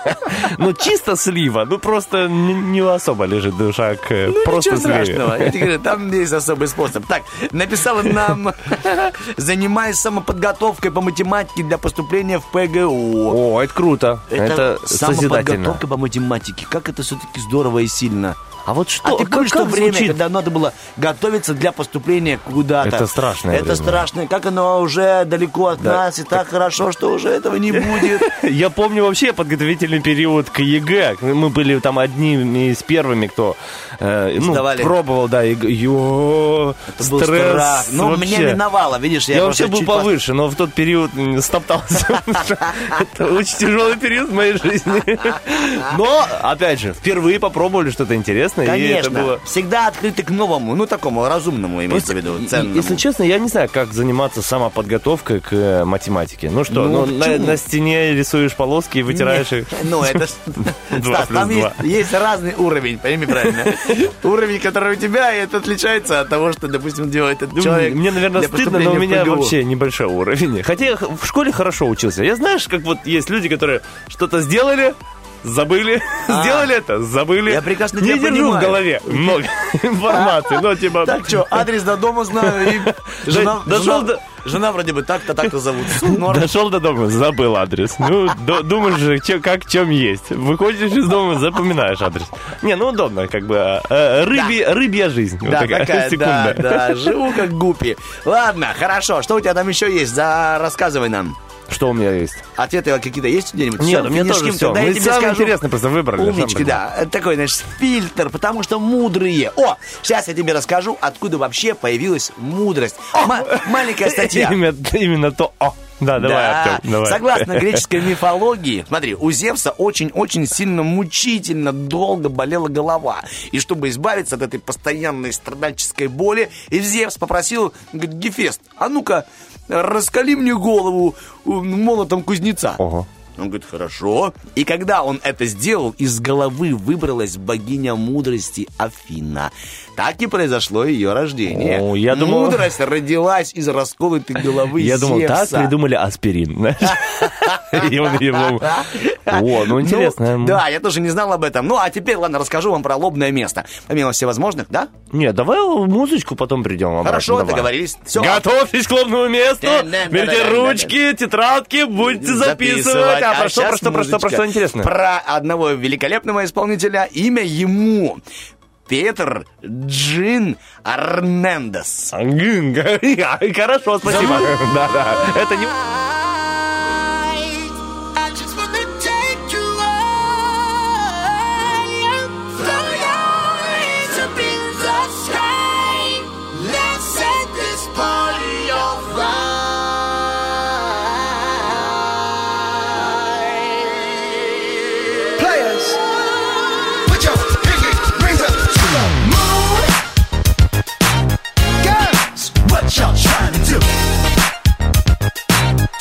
Ну чисто слива, ну просто не не особо лежит душа к э, Ну, просто ничего страшного. Я сливе. тебе говорю, там есть особый способ. Так, написала нам, занимаюсь самоподготовкой по математике для поступления в ПГУ. О, это круто. Это созидательно. самоподготовка по математике. Как это все-таки здорово и сильно. А вот что? А ты как- помнишь как то время, звучит? когда надо было готовиться для поступления куда-то? Это страшное Это время. страшно. Как оно уже далеко от Да. нас, и так хорошо, что уже этого не будет. Я помню вообще подготовительный период к ЕГЭ. Мы были там одними из первыми, кто э, ну, Сдавали. пробовал, да, ЕГЭ. Йо, Это был стресс страх. Ну, вообще. меня миновало, видишь, я, Я, просто вообще был чуть пос- повыше, но в тот период м, стоптался. Это очень тяжелый период в моей жизни. Но, опять же, впервые попробовали что-то интересное. И это Конечно, было... всегда открыты к новому, ну, такому разумному, имеется в виду, И- ценному. Если честно, я не знаю, как заниматься самоподготовкой к э, математике. Ну что, Ну, ну, на, почему? на стене рисуешь полоски и вытираешь их. Ну, это... ж- Два Стас, плюс там есть, два. есть разный уровень, пойми правильно. Уровень, который у тебя, и это отличается от того, что, допустим, делает этот Ну, человек. Мне, наверное, для стыдно, но у поступления меня в ПГУ. вообще небольшой уровень. Хотя я х- в школе хорошо учился. Я знаешь, как вот есть люди, которые что-то сделали, забыли, А. сделали это, забыли. Я прекрасно Не тебя держу понимаю. в голове много информации, но типа... Так что, адрес до дома знаю, и жена, дошел жена- до- жена вроде бы так-то, так-то зовут. Норм. Дошел до дома, забыл адрес. Ну, ду- думаешь же, чё- как в чем есть. Выходишь из дома, запоминаешь адрес. Не, ну удобно, как бы э, э, рыбьи- рыбья жизнь. Вот Да, такая, да, секунда. да, живу как гуппи. Ладно, хорошо, что у тебя там еще есть? За... Рассказывай нам. Что у меня есть? Ответы какие-то есть где-нибудь? Нет, Всё, у меня тоже финишки? все. Тогда я Мы тебе самое скажу. интересное просто выбрали. Умнички, Сам да. Это такой, значит, фильтр, потому что мудрые. О, сейчас я тебе расскажу, откуда вообще появилась мудрость. Ма- маленькая статья. Именно, именно то. О, да, давай, Да. Артем, давай. Согласно греческой мифологии, смотри, у Зевса очень-очень сильно, мучительно, долго болела голова. И чтобы избавиться от этой постоянной страдальческой боли, и Зевс попросил, говорит, Гефест, а ну-ка, раскали мне голову э, молотом кузнеца. Ого. Он говорит, хорошо. И когда он это сделал, из головы выбралась богиня мудрости Афина. Так и произошло ее рождение. О, я думал- Мудрость родилась из расколотой головы Я думал, так Зевса. придумали аспирин. знаешь. И он его... О, ну интересно. Ну, да, я тоже не знал об этом. Ну, а теперь, ладно, расскажу вам про лобное место. Помимо всевозможных, да? Не, давай в музычку потом придем обратно. Хорошо, давай. договорились. Все. Готовьтесь к лобному месту. Берите ручки, тетрадки, будете записывать. А про что, про что, про что, про что интересно? Про одного великолепного исполнителя. Имя ему Петр Джин Арнендес. Хорошо, спасибо. Да, да. Это не... I just wanna take you higher, throw your hands up in the sky. Let's set this party on fire. Players, put your pinky rings up to the moon. Girls, what y'all trying to do?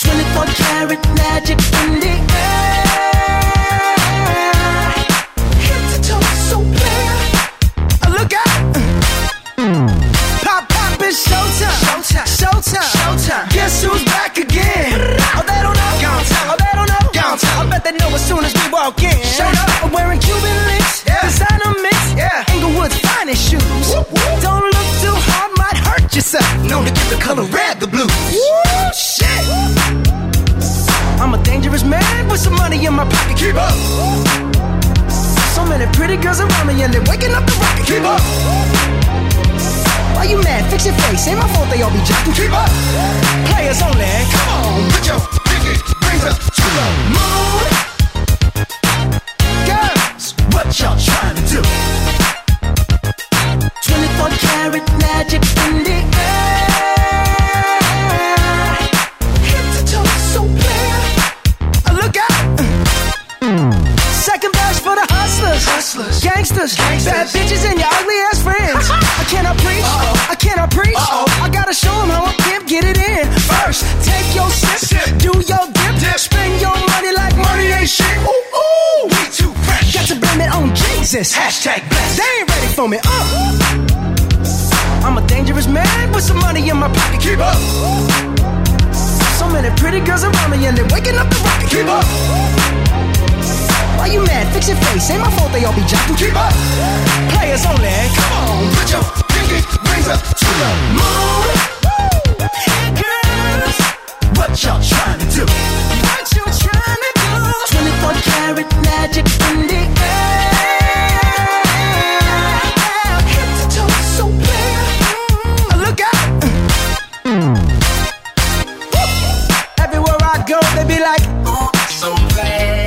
fault they all be jocking. Keep up. Players only. Come on, put your pinky rings up to the moon. Girls, what y'all trying to do? twenty-four karat magic in the air. Head to toe, so clear. Look out. Second verse for the hustlers, hustlers, gangsters, gangsters, bad bitches and your ugly ass friends. I cannot preach, Uh-oh. I cannot preach. Uh-oh. I gotta show them how a pimp get it in. First, take your sip, sip. Do your dip, dip, spend your money like money ain't shit. Ooh, ooh, we too fresh. Got to blame it on Jesus. Hashtag blessed. They ain't ready for me. Uh. I'm a dangerous man with some money in my pocket. Keep up. So many pretty girls around me and they're waking up the rocket. Keep up. Why you mad? Fix your face. Ain't my fault they all be jocking. Keep up. Players only. Come on, put your pinky rings up to the moon. Hey girls, what y'all trying to do? What you trying to do? twenty-four karat magic in the air. Head to toe, so clear. Look out. Everywhere I go, they be like, ooh, so bad.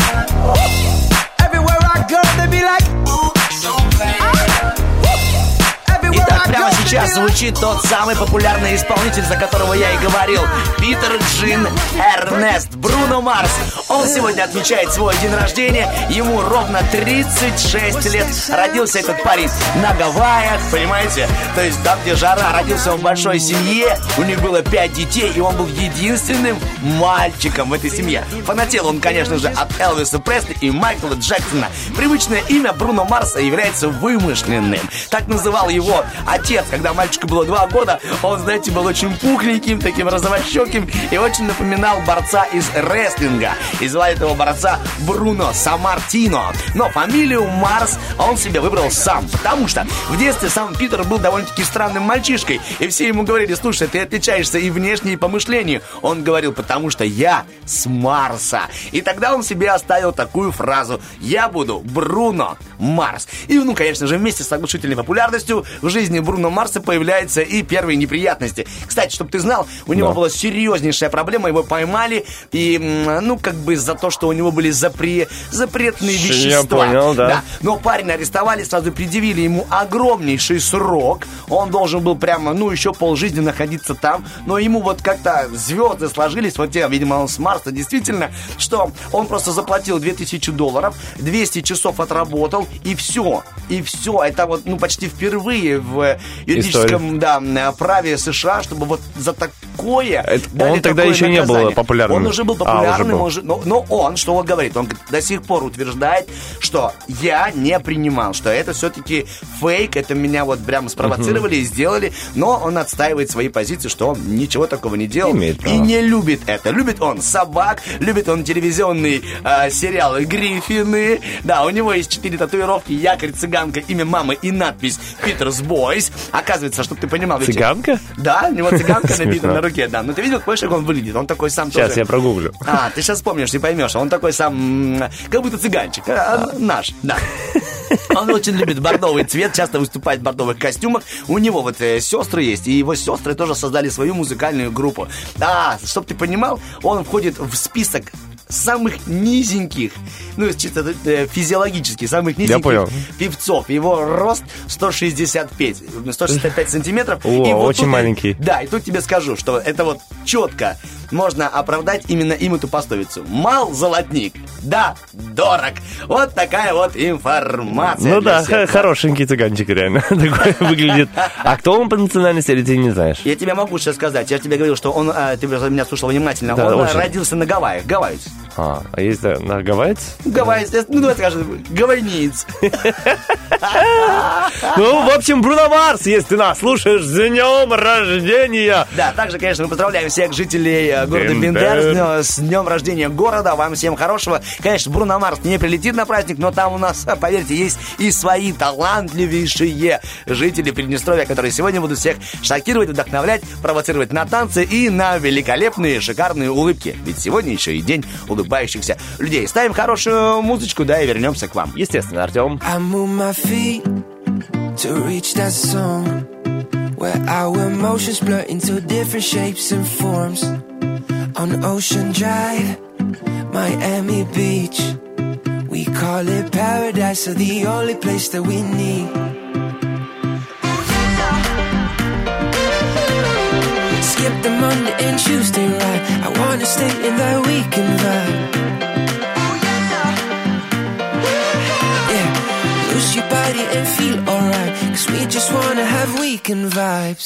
Итак, прямо сейчас звучит тот самый популярный исполнитель, за которого я и говорил, Питер Джин Эрнест, Бруно Марс. Он сегодня отмечает свой день рождения, ему ровно тридцать шесть лет. Родился этот парень на Гавайях, понимаете? То есть там, где жара, родился он в большой семье, у них было пять детей, и он был единственным мальчиком в этой семье. Фанател он, конечно же, от Элвиса Пресли и Майкла Джексона. Привычное имя Бруно Марса является вымышленным. Так называл его отец. Когда мальчику было два года, он, знаете, был очень пухленьким, таким розовощеким и очень напоминал борца из рестлинга. И звали этого борца Бруно Саммартино. Но фамилию Марс он себе выбрал сам, потому что в детстве сам Питер был довольно-таки странным мальчишкой, и все ему говорили: слушай, ты отличаешься и внешне, и по мышлению. Он говорил: потому что я с Марса. И тогда он себе оставил такую фразу: я буду Бруно Марс. И, ну, конечно же, вместе с оглушительной популярностью в жизни Бруно Марса появляются и первые неприятности. Кстати, чтобы ты знал, у него да. была серьезнейшая проблема, его поймали, и, ну, как бы за то, что у него были запре... запретные вещества. Я понял, да. да. Но парня арестовали, сразу предъявили ему огромнейший срок. Он должен был прямо, ну, еще полжизни находиться там, но ему вот как-то звезды сложились, вот те, видимо, он с Марса, действительно, что он просто заплатил две тысячи долларов, двести часов отработал, и все. И все. Это вот, ну, почти впервые в юридическом да, праве США, чтобы вот за такое... Это, он тогда еще наказание. Не был популярным. Он уже был популярным, а, уже был. Он же, но, но он, что он говорит? Он до сих пор утверждает, что я не принимал, что это все-таки фейк, это меня вот прямо спровоцировали uh-huh. и сделали, но он отстаивает свои позиции, что он ничего такого не делал и не любит это. Любит он собак, любит он телевизионный э, сериал «Гриффины». Да, у него есть четыре татуировки: якорь, цыганка, имя мамы и надпись «Питер's Boys». Оказывается, чтобы ты понимал... Цыганка? Да, у него цыганка набита на руке, да. Но ты видел, помнишь, как он выглядит? Он такой сам сейчас тоже... я прогуглю. А, ты сейчас вспомнишь и поймешь. Он такой сам, как будто цыганчик. А, наш, да. Он очень любит бордовый цвет, часто выступает в бордовых костюмах. У него вот э, сестры есть, и его сестры тоже создали свою музыкальную группу. А, чтоб ты понимал, он входит в список самых низеньких, ну, чисто э, физиологически, самых низеньких певцов. Его рост сто шестьдесят пять сантиметров. О, и вот очень тут, маленький. Да, и тут тебе скажу, что это вот четко можно оправдать именно им эту пословицу. Мал золотник, да, дорог. Вот такая вот информация. Ну да, х- хорошенький цыганчик реально такой выглядит. А кто он по национальности, или ты не знаешь? Я тебе могу сейчас сказать. Я тебе говорил, что он, а, ты меня слушал внимательно, да, он очень. родился на Гавайях. Гавайец. А, а есть, да, на Гавайец? Гавайец, ну давай скажем, гавайниец. Ну, в общем, Бруно Марс, если ты нас слушаешь, с днем рождения! Да, также, конечно, мы поздравляем всех жителей города Бендер с днем рождения города. Вам всем хорошего. Конечно, Бруно Марс не прилетит на праздник, но там у нас, поверьте, есть и свои талантливейшие жители Приднестровья, которые сегодня будут всех шокировать, вдохновлять, провоцировать на танцы и на великолепные, шикарные улыбки. Ведь сегодня еще и день улыбающихся людей. Ставим хорошую музычку, да, и вернемся к вам. Естественно, Артем. where our emotions blur into different shapes and forms. On Ocean Drive, Miami Beach, we call it paradise, or the only place that we need. Skip the Monday and Tuesday ride, I wanna stay in that weekend vibe. Yeah, lose your body and feel alright, cause we just wanna have weekend vibes.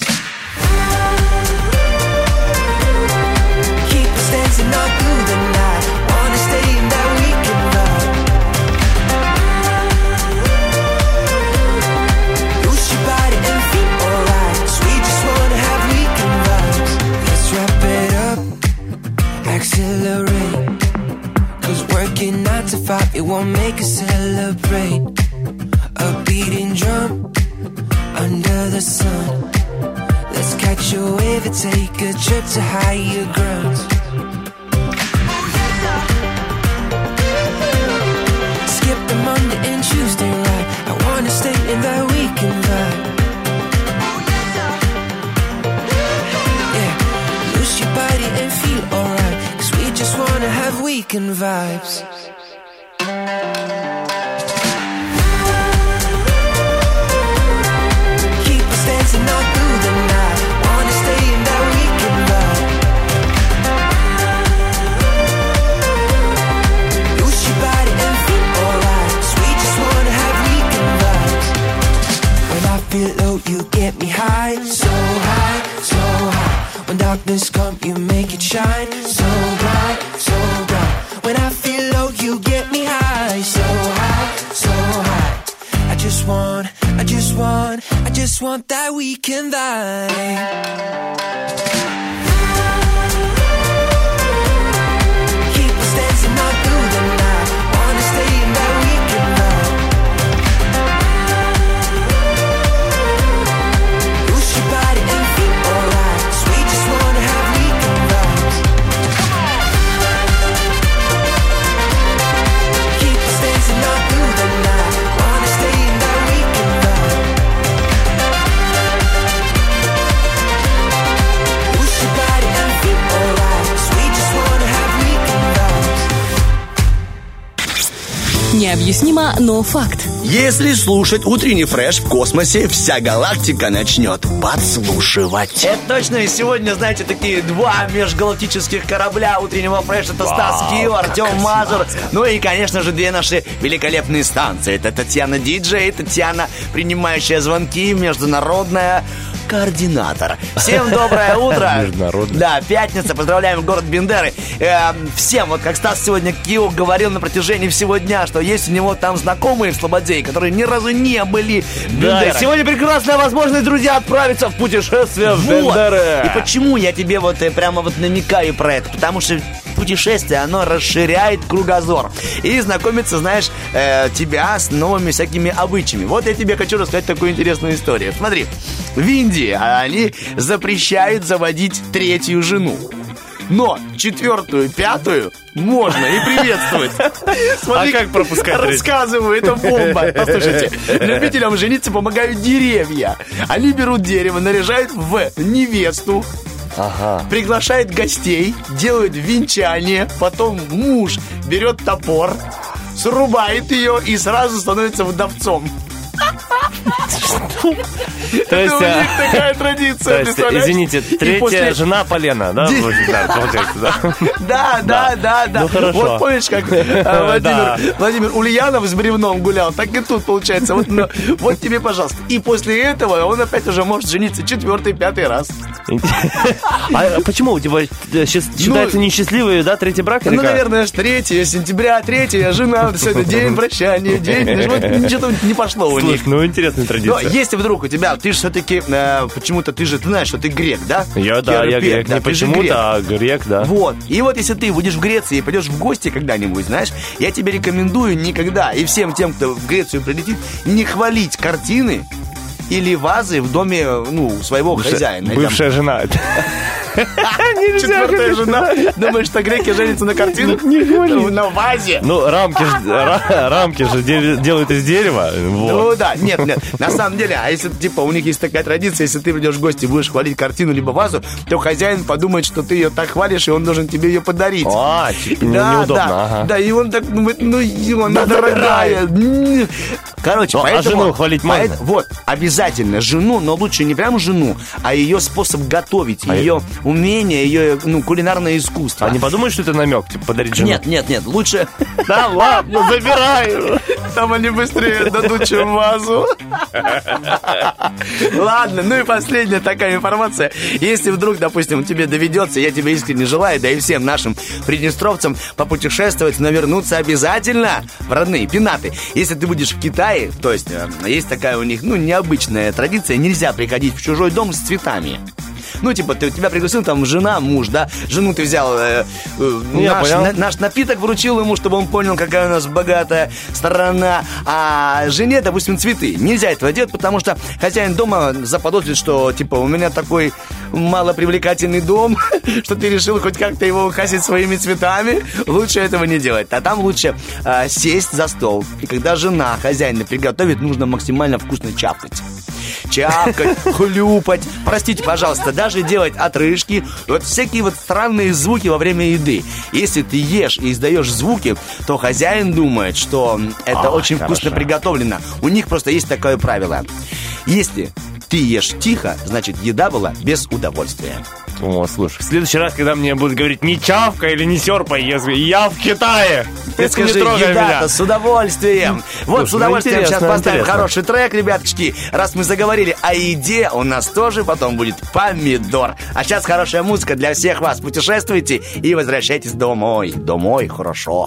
Keep us dancing all through the night, wanna stay in that weekend vibe. Lose your body and feel alright, cause we just wanna have weekend vibes. Let's wrap it up, accelerate, cause working nine to five, it won't make us celebrate. A beating drum under the sun, let's catch a wave and take a trip to higher grounds. Skip the Monday and Tuesday ride, I wanna stay in that weekend vibe. Yeah, lose your body and feel alright, cause we just wanna have weekend vibes. Keep us dancing all through the night, wanna stay in that weekend vibe. Lose your body and feel alright, cause we just wanna have weekend vibes. When I feel low, you get me high, so high, so high. When darkness comes, you make it shine, so bright, so bright. When I feel low, you get me high, so high, so high. I just want, I just want, I just want that weekend vibe. Keep us dancing all through the night, wanna stay in that weekend vibe. Lose your body and feel alright, cause we just wanna have weekend vibes. Keep us dancing all through the night, wanna stay in that weekend vibe. Lose your body and feel alright, cause we just wanna have weekend vibes. Необъяснимо, но факт. Если слушать утренний фреш в космосе, вся галактика начнет подслушивать. Это точно. И сегодня, знаете, такие два межгалактических корабля утреннего фреша. Это Стас Кио, Артем Мазур. Ну и, конечно же, две наши великолепные станции. Это Татьяна Диджей, Татьяна, принимающая звонки, международная координатор. Всем доброе утро. Международный. Да, пятница. Поздравляем город Бендеры. Э, всем, вот как Стас сегодня Кио говорил на протяжении всего дня, что есть у него там знакомые в Слободе, которые ни разу не были в Да, Бендерах. и сегодня прекрасная возможность, друзья, отправиться в путешествие в Вот. Бендеры. И почему я тебе вот э, прямо вот намекаю про это? Потому что путешествие, оно расширяет кругозор. И знакомится, знаешь, э, тебя с новыми всякими обычаями. Вот я тебе хочу рассказать такую интересную историю. Смотри, в Индии они запрещают заводить третью жену. Но четвертую, пятую можно и приветствовать. Смотри, А как пропускать третью? Рассказываю, это бомба. Послушайте, любителям жениться помогают деревья. Они берут дерево, наряжают в невесту, Ага. приглашает гостей, делают венчание, потом муж берет топор, срубает ее и сразу становится вдовцом. То Это есть, у а, них такая традиция, то есть, представляешь? извините, И третья после- жена Полена, да? Ди- будет, да, получается, да? Да, да, да, да. Ну, хорошо. Вот помнишь, как э, Да. Владимир, Владимир Ульянов с бревном гулял, так и тут получается. Вот, ну, вот тебе, пожалуйста. И после этого он опять уже может жениться четвертый, пятый раз. А почему у тебя щас- считается несчастливый, да, третий брак? или Ну, как? наверное, аж третье сентября, третья жена, сегодня день прощания, день, вот ничего не пошло у них. Слушай, ну интересная Но традиция. если вдруг у тебя, ты же все-таки э, почему-то, ты же, ты знаешь, что ты грек, да? Я, да, я Европеец, грек. да, Не ты же грек. почему-то, а грек, да. Вот. И вот если ты будешь в Греции и пойдешь в гости когда-нибудь, знаешь, я тебе рекомендую никогда, и всем тем, кто в Грецию прилетит, не хвалить картины или вазы в доме, ну, своего Бывшая- хозяина. Бывшая жена. Четвертая жена. Думаешь, что греки женятся на картинах? На вазе? Ну, рамки же, ра- рамки же де- делают из дерева. Вот. Ну да, нет, нет. На самом деле, а если, типа, у них есть такая традиция, если ты придешь в гости и будешь хвалить картину либо вазу, то хозяин подумает, что ты ее так хвалишь, и он должен тебе ее подарить. А, типа, не- да, неудобно, да, ага. да, и он так думает, ну, ё, она дорогая. Короче, Ну, а поэтому... жену хвалить можно? поэт- Вот, обязательно жену, но лучше не прям жену, а ее способ готовить, А ее умение, ее, ну, кулинарное искусство. А не подумаешь, что это намек, типа, подарить жену? Нет, нет, нет, лучше... Да ладно, забирай. Там они быстрее дадут, чем вазу. Ладно, ну и последняя такая информация. Если вдруг, допустим, тебе доведется, я тебе искренне желаю, да и всем нашим приднестровцам попутешествовать, но вернуться обязательно в родные пенаты. Если ты будешь в Китае, то есть э, есть такая у них, ну, необычная традиция, нельзя приходить в чужой дом с цветами. Ну, типа, ты, тебя пригласил там жена, муж, да? Жену ты взял, э, э, Я наш, понял. на- наш напиток вручил ему, чтобы он понял, какая у нас богатая страна. А жене, допустим, цветы. Нельзя этого делать, потому что хозяин дома заподозрит, что, типа, у меня такой малопривлекательный дом, что ты решил хоть как-то его украсить своими цветами. Лучше этого не делать. А там лучше э, сесть за стол. И когда жена хозяина приготовит, нужно максимально вкусно чавкать. Чавкать, хлюпать. Простите, пожалуйста, даже делать отрыжки. Вот всякие вот странные звуки во время еды. Если ты ешь и издаешь звуки, то хозяин думает, что это А, очень хорошо. вкусно приготовлено. У них просто есть такое правило. Если ты ешь тихо, значит, еда была без удовольствия. О, слушай, в следующий раз, когда мне будут говорить не чавка или не серпай, если я в Китае, Ты если не скажи, трогай еда-то меня. с удовольствием. Вот, Слушай, с удовольствием ну, сейчас интересно, поставим интересно. хороший трек, ребяточки. Раз мы заговорили о еде, у нас тоже потом будет помидор. А сейчас хорошая музыка для всех вас. Путешествуйте и возвращайтесь домой. Домой хорошо.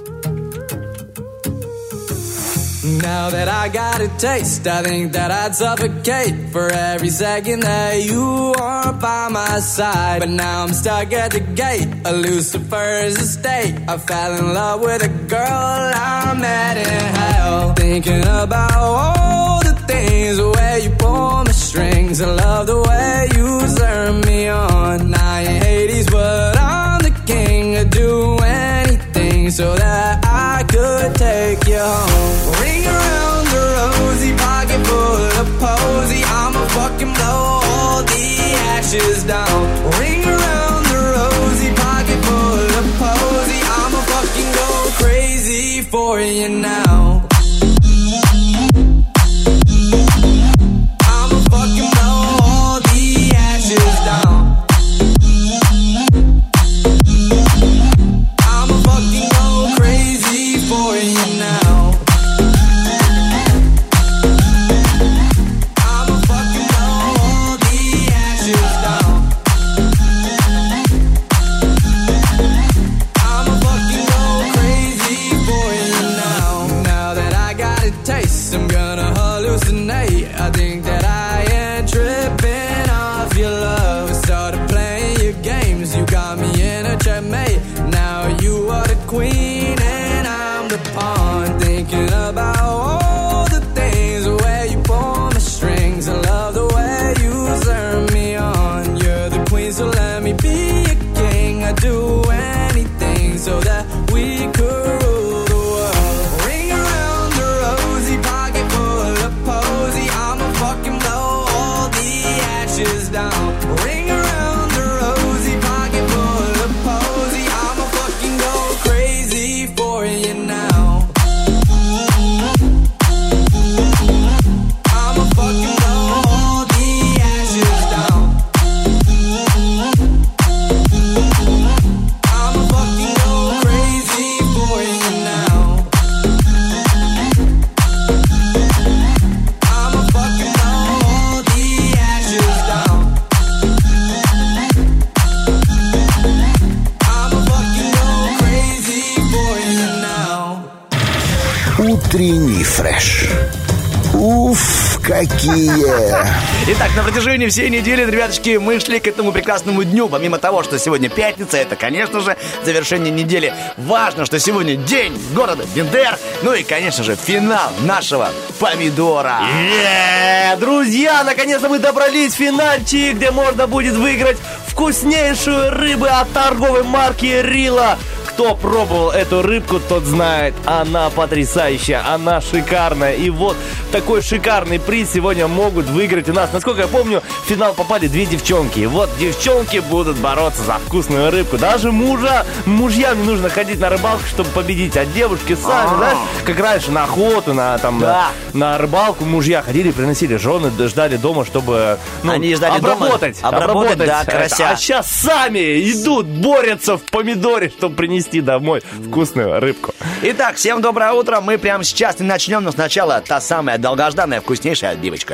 Now that I got a taste, I think that I'd suffocate for every second that you are by my side. But now I'm stuck at the gate, a Lucifer's estate. I fell in love with a girl I met in hell. Thinking about all the things where you pull my strings. I love the way you turn me on. Now you're Hades, but I'm the king. I'd do anything so that I could take you home. Ring around the rosy, pocket full of posy. I'ma fucking blow all the ashes down. Ring around the rosy, pocket full of posy. I'ma fucking go crazy for you now. I'ma fucking blow all the ashes down. I'ma fucking go crazy for you now. I'ma fucking blow all the ashes down. I'ma fucking go crazy for you now. Now that I got a taste, I'm gonna hallucinate. I think that I am tripping off your love. Started playing your games, you got me in a checkmate. Now you are the queen and I'm the pawn. Thinking about all the things where you pull my strings. I love the way you turn me on. You're the queen, so let me be a king. I'd do anything so that we could rule the world. Ring around the rosy, pocket full of posy. I'ma fucking blow all the ashes down. Ring around the rosy, pocket full of posy. I'ma fucking go crazy for you now. I'ma fucking blow all the ashes down. I'ma fucking go crazy for you now. I'ma fucking blow all the ashes down. I'ma fucking go crazy for you now. Утренний фреш. Уф, какие! Итак, на протяжении всей недели, ребяточки, мы шли к этому прекрасному дню. Помимо того, что сегодня пятница, это, конечно же, завершение недели. Важно, что сегодня день города Бендер. Ну и, конечно же, финал нашего помидора. Е-е-е! Друзья, наконец-то мы добрались в финальчик, где можно будет выиграть вкуснейшую рыбу от торговой марки Рила. Кто пробовал эту рыбку, тот знает, она потрясающая, она шикарная. И вот такой шикарный приз сегодня могут выиграть у нас. Насколько я помню, в финал попали две девчонки. И вот девчонки будут бороться за вкусную рыбку. Даже мужа, мужьям не нужно ходить на рыбалку, чтобы победить. А девушки сами, знаешь, как раньше на охоту, на, там, Да. на, на рыбалку мужья ходили, приносили жены, ждали дома, чтобы ну, Они ждали обработать, дома, обработать, да, это. крася. А сейчас сами идут, борются в помидоре, чтобы принести домой вкусную рыбку. Итак, всем доброе утро. Мы прямо сейчас не начнем, но сначала та самая долгожданная вкуснейшая отбивочка.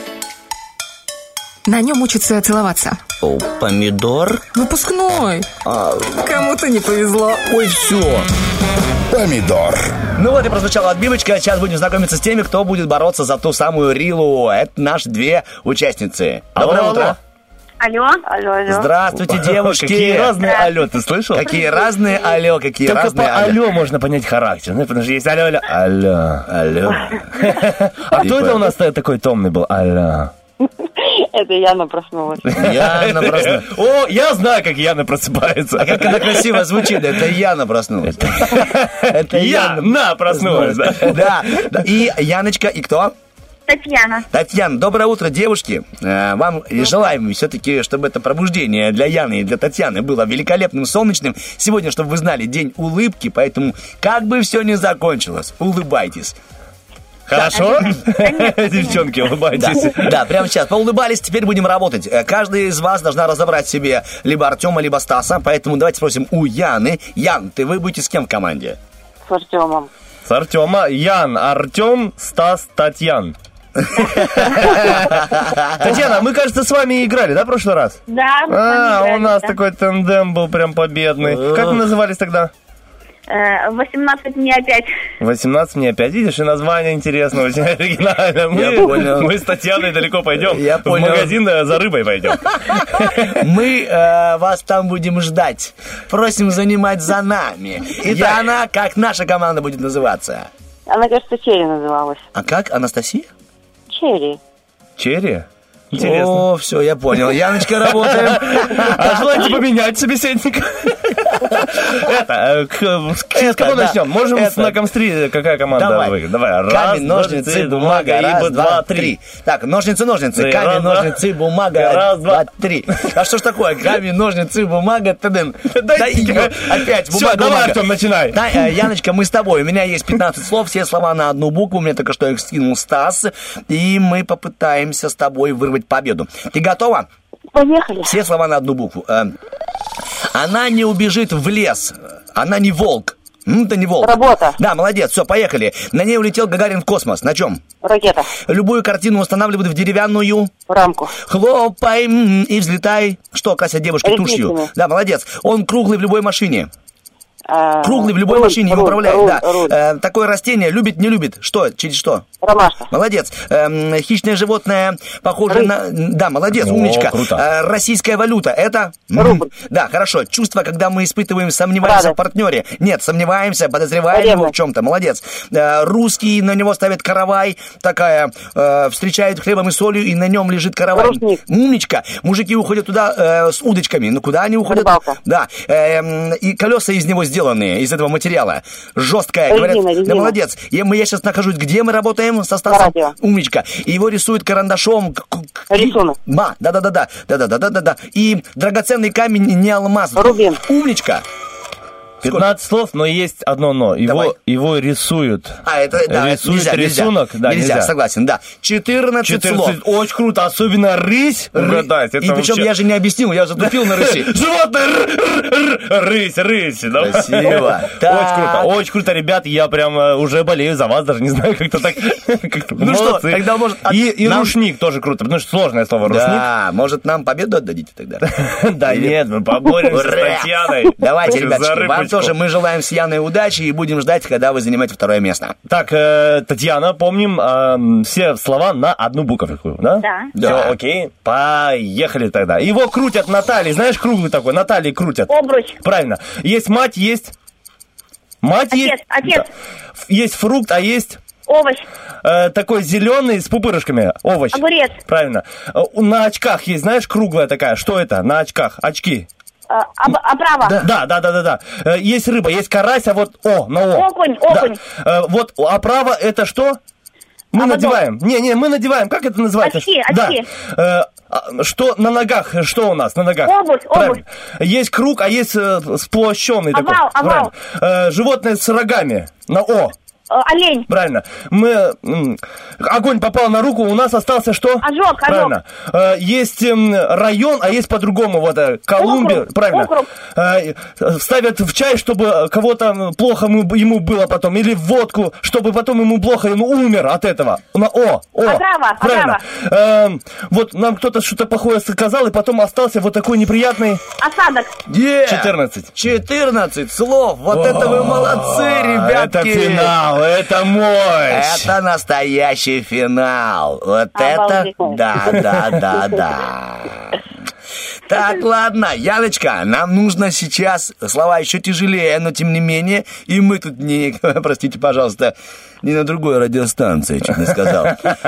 На нем учатся целоваться. О, помидор? Выпускной. А, Кому-то не повезло. ой, все. Помидор. Ну вот и прозвучала отбивочка. Сейчас будем знакомиться с теми, кто будет бороться за ту самую Рилу. Это наши две участницы. Доброе Алло, утро. алло. Алло, алло, алло. Здравствуйте, девушки. Какие разные алло, ты слышал? Какие разные алло, какие Только разные по алло можно понять характер. Ну, потому что есть алло, алло. Алло. Алло. А кто это у нас такой томный был? Алло. Это Яна проснулась. Яна проснулась. О, я знаю, как Яна просыпается. А как она красиво звучит, это Яна проснулась. Это Яна проснулась, да? Да. Да. И Яночка, и кто? Татьяна. Татьяна, доброе утро, девушки. Э, Вам желаем все-таки, чтобы это пробуждение для Яны и для Татьяны было великолепным, солнечным. Сегодня, чтобы вы знали, день улыбки, поэтому как бы все ни закончилось, улыбайтесь. Хорошо? Девчонки, улыбайтесь. Да, да, прямо сейчас. Поулыбались, теперь будем работать. Э, Каждый из вас должна разобрать себе либо Артема, либо Стаса, поэтому давайте спросим у Яны. Ян, ты вы будете с кем в команде? С Артемом. С Артема. Ян, Артем, Стас, Татьян. Татьяна, мы, кажется, с вами играли, да, в прошлый раз? Да. мы с вами А, играли, у нас да. такой тандем был прям победный. Как вы назывались тогда? Э, восемнадцать мне опять. восемнадцать мне опять, видишь, и название интересно, очень оригинально. Мы, Я понял. мы с Татьяной далеко пойдем. Я понял. В магазин э, за рыбой пойдем. Мы э, вас там будем ждать. Просим занимать за нами. Яна, как наша команда будет называться? Она, кажется, Черри называлась. А как? Анастасия? Черри. Черри? Интересно. О, все, я понял. Яночка, работаем. А желаете поменять собеседника? Это, к- с с кого да. начнем? Можем с Это. на Камстри, какая команда Давай. выиграет? Давай, раз, Камень, ножницы, бумага. Раз, два, три. Так, ножницы, ножницы. Три. Камень, Раз, два. ножницы, бумага. Раз, два. три. А что ж такое? Камень, ножницы, бумага. Тадын. Да Дайте и мне. опять Всё, бумага, давай, бумага. Артём, начинай. Да, э, Яночка, мы с тобой. У меня есть пятнадцать слов, все слова на одну букву. Мне только что их скинул Стас. И мы попытаемся с тобой вырвать победу. Ты готова? Поехали. Все слова на одну букву. Э, Она не убежит в лес. Она не волк. М, Это не волк. Работа. Да, молодец, все, поехали. На ней улетел Гагарин в космос. На чем? Ракета. Любую картину устанавливают в деревянную. Рамку. Хлопай м, и взлетай. Что красят девушки тушью? Ресницами. Да, молодец. Он круглый в любой машине. А, Круглый в любой руль, машине им руль, управляет. руль, Да. руль. Э, такое растение любит, не любит. Что? Через что? Ромашка. Молодец. Эм, хищное животное, похоже Рысь. на... Да, молодец, О, умничка. круто. Э, российская валюта, это... М, Рубль. Да, хорошо. Чувство, когда мы испытываем, сомневаемся Радость. в партнере. Нет, сомневаемся, подозреваем Ревность. его в чем-то. Молодец. Э, русский, на него ставят каравай. Такая, э, встречают хлебом и солью, и на нем лежит каравай. Рушник. Умничка. Мужики уходят туда э, с удочками. Ну, куда они уходят? Рыбалка. Да. Эм, и колеса из него сделаны, из этого материала. Жесткая. Резина, Говорят, да, резина. молодец. И мы, я сейчас нахожусь, где мы работаем со Стасом? Радио. Умничка. И его рисуют карандашом. К- к- Рисунок. Ма, да-да-да-да. Да-да-да-да-да. И драгоценный камень не алмаз. Рубин. Умничка. пятнадцать слов, но есть одно но. Давай. Его, его рисуют. А, это, да, это Рисует нельзя, рисунок? нельзя. Да, нельзя, нельзя. согласен, да. четырнадцать, слов. четырнадцать. Очень круто, особенно рысь. Угадать. И это причем вообще- я же не объяснил, я затупил на рыси. Животное! р- р- р- Рысь, рысь. да? Красиво. Очень Так. круто, очень круто, ребят. Я прям э, уже болею за вас, даже не знаю, как-то так. как-то Ну что, молодцы. тогда, может, от- И, и нам- рушник тоже круто, потому что сложное слово рушник. Да, может, нам победу отдадите тогда? Да нет, мы поборемся с Ура! Татьяной. Давайте, За ребяточки, вам рыбочку. тоже мы желаем с Яной удачи и будем ждать, когда вы занимаете второе место. Так, э, Татьяна, помним э, все слова на одну буковку, да? Да. Да. Все, окей, поехали тогда. Его крутят на талии, знаешь, круглый такой, на талии крутят. Обруч. Правильно. Есть мать, есть... Мать Отец, есть... отец. Да. Есть фрукт, а есть... Овощ. Э, такой зеленый с пупырышками. Овощ. Огурец. Правильно. Э, на очках есть, знаешь, круглая такая. Что это? На очках. Очки. А, об- оправа. Да, да, да, да, да. Э, есть рыба, есть карась, а вот О, на О. Окунь, окунь. Да. Э, вот оправа это что? Мы Ободок. надеваем. Не, не, мы надеваем. Как это называется? Очки, Да. очки. Э, а, что на ногах? Что у нас на ногах? Обувь, Правильно. Есть круг, а есть э, сплощенный Овал, такой. овал. Правильно. Э, животное с рогами. На О. Э, Олень. Правильно. Мы м, огонь попал на руку, у нас остался что? Ожог, Правильно. Э, есть эм, район, а есть по-другому вот э, Колумбия. Округ, Правильно. округ. Э, ставят в чай, чтобы кого-то плохо ему, ему было потом, или в водку, чтобы потом ему плохо, ему умер от этого. На О. О. Отрава, Правильно. Эм, вот нам кто-то что-то плохое сказал, и потом остался вот такой неприятный. Осадок. Yeah. четырнадцать. четырнадцать слов. Вот О, это вы молодцы, ребятки. Это финал, это мощь. Это настоящий финал. Вот Обалдеть. это, да, да, да, да. Так, ладно, Яночка, нам нужно сейчас слова еще тяжелее, но тем не менее, и мы тут не, простите, пожалуйста, не на другой радиостанции, чуть не сказал.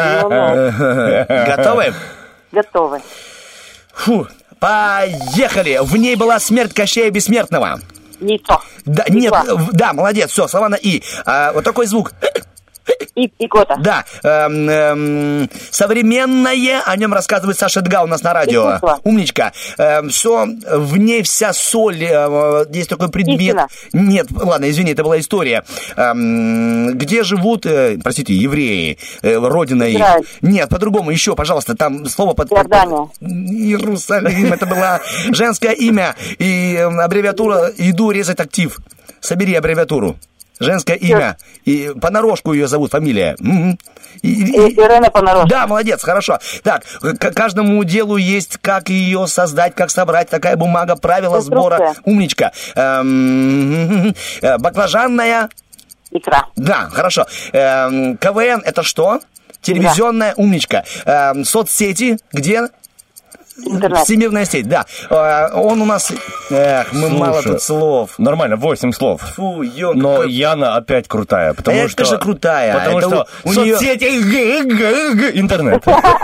Готовы? Готовы. Фу, поехали. В ней была смерть Кощея Бессмертного. Яйцо. Да, нет, в- да, молодец, все, слова на И. А, вот такой звук. И, икота. Да, эм, эм, современное, о нем рассказывает Саша Дга у нас на радио. Искусство. Умничка. Эм, все, в ней вся соль, э, есть такой предмет. Истина. Нет, ладно, извини, это была история. Эм, где живут, э, простите, евреи, э, родина их? Израиль. Нет, по-другому, еще, пожалуйста, там слово под... Иордания. Иерусалим, это было женское имя, и э, аббревиатура «Иду резать актив». Собери аббревиатуру. Женское имя. И понарошку ее зовут, фамилия. М-м. И- и- Ирена Понарошку. Да, молодец, хорошо. Так, к каждому делу есть, как ее создать, как собрать. Такая бумага, правила Инструкция. сбора. Умничка. Эм, э, Баклажанная. Икра. Да, хорошо. Эм, КВН это что? Телевизионная. Умничка. Эм, Соцсети. Где? Интернет. Всемирная сеть, да. Э, Он у нас... Эх, мы Слушай, мало тут слов. Нормально, восемь слов. Фу, ён, Но какой- Яна опять крутая, потому А я, что... конечно, крутая. Потому Это что у- у неё- соцсети, г- г- г- интернет.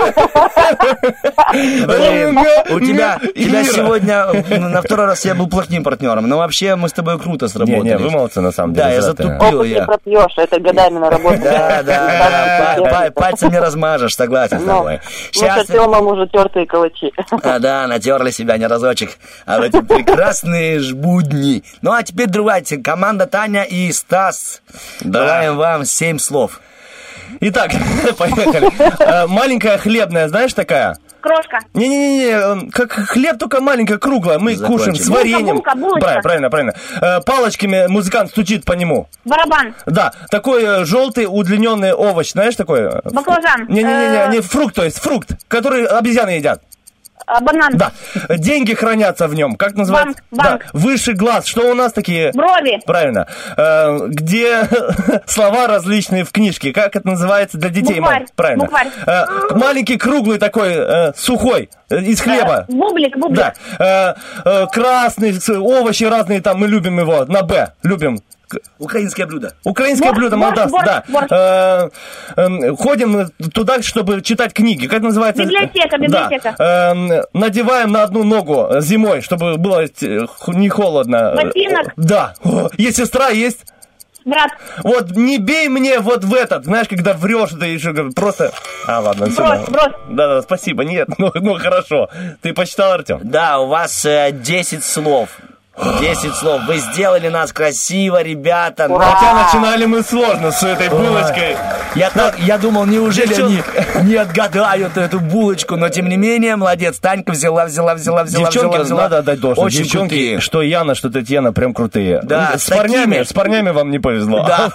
Блин, у тебя, у тебя Ира. сегодня на второй раз я был плохим партнером, но вообще мы с тобой круто сработали. Не, не, вы молодцы на самом деле. Да, я за это. затупил Опыт не я. пропьешь, это годами наработано. Да, да, па- па- пальцем не размажешь, согласен с Ну, тобой. мы Сейчас, с Артемом уже тертые калачи. а, да, натерли себя не разочек, а в эти прекрасные ж будни. Ну, а теперь давайте, команда Таня и Стас. Желаем вам семь слов. Итак, поехали. Э, Маленькая хлебная, знаешь, такая? Крошка. Не-не-не, как хлеб, только маленькая, круглая. Мы Закончим. кушаем с вареньем. Булка, булка, булочка. Правильно, правильно, правильно. Э, Палочками музыкант стучит по нему. Барабан. Да, такой э, желтый удлиненный овощ, знаешь, такой? Баклажан. Не-не-не, Э, не фрукт, то есть фрукт, который обезьяны едят. а, Банан. Да, деньги хранятся в нем. Как называется? Банк, банк. Да, выше глаз. Что у нас такие? Брови. Правильно. Э, где слова различные в книжке. Как это называется для детей? Букварь. Мам? Правильно. Букварь. Э, маленький, круглый такой, э, сухой, э, из хлеба. Э, Бублик, бублик. Да. Э, э, красный, с- овощи разные там, мы любим его. На Б. Любим. Украинское блюдо. Украинское Борщ, блюдо, борщ, молдавское, борщ, да. борщ. Э, э, ходим туда, чтобы читать книги. Как это называется? Библиотека, библиотека. Да. Э, надеваем на одну ногу зимой, чтобы было э, х- не холодно. Ботинок. Э, Да. О, есть сестра, есть... Брат. Вот не бей мне вот в этот, знаешь, когда врешь, ты еще говоришь, просто... А, ладно, все. Брось, брось. Да-да, спасибо, нет, ну, ну хорошо. Ты почитал, Артем? Да, у вас э, десять слов. Десять слов. Вы сделали нас красиво, ребята. Но- Хотя начинали мы сложно с этой булочкой. Я, так, я думал, неужели они не отгадают эту булочку, но тем не менее, молодец, Танька взяла, взяла, взяла, взяла, Девчонки, взяла, взяла. надо отдать должное. Очень Девчонки, крутые. что Яна, что Татьяна, прям крутые. Да, с, с парнями, такими. с парнями вам не повезло. Да.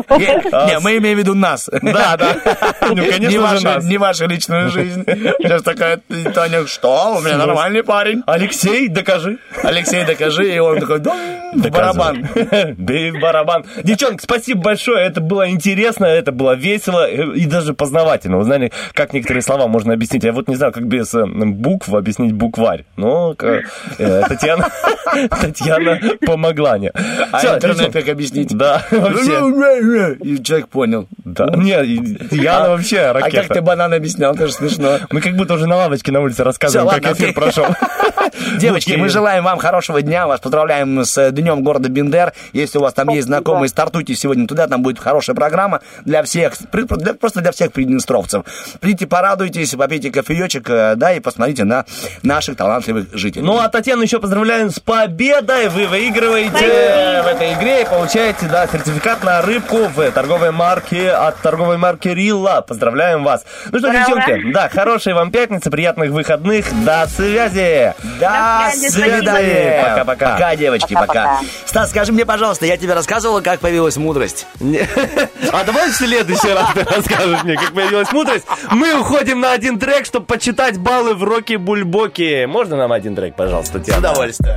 Не, не, мы имеем в виду нас. Да, да. Ну, Не конечно же, вашу- нас. Не вашу личную жизнь. Сейчас такая, Таня, что? У меня нормальный парень. Алексей, докажи. Алексей, докажи. И он такой, да, в барабан. Бей в барабан. Девчонки, спасибо большое. Это было интересно, это было весело и даже познавательно. Вы знали, как некоторые слова можно объяснить. Я вот не знаю, как без э, букв объяснить букварь. Но э, Татьяна, Татьяна помогла мне. А Всё, интернет девчонки. как объяснить? Да, вообще. И человек понял. Да, нет, Яна вообще ракета. А как ты банан объяснял, это же смешно. Мы как будто уже на лавочке на улице рассказываем, Всё, как ладно, эфир окей. прошел. Девочки, мы желаем вам хорошего дня, вас поздравляем с Днем города Бендер. Если у вас там есть знакомые, стартуйте сегодня туда, там будет хорошая программа для всех, для- просто для всех приднестровцев. Придите, порадуйтесь, попейте кофеечек, э, да, и посмотрите на наших талантливых жителей. Ну, а Татьяну еще поздравляем с победой. Вы выигрываете в этой игре и получаете, да, сертификат на рыбку в торговой марке от торговой марки Рилла. Поздравляем вас. Ну что, Ура, девчонки, да, хорошей вам пятницы, приятных выходных. До связи. До свидания. Пока-пока. Пока, девочки, пока. Стас, скажи мне, пожалуйста, я тебе рассказывала, как появилась мудрость? А давай в следующий раз ты расскажешь мне, как появилась мудрость. Мы уходим на один трек, чтобы почитать баллы в Роки Бульбоки. Можно нам один трек, пожалуйста, Татьяна? С удовольствием.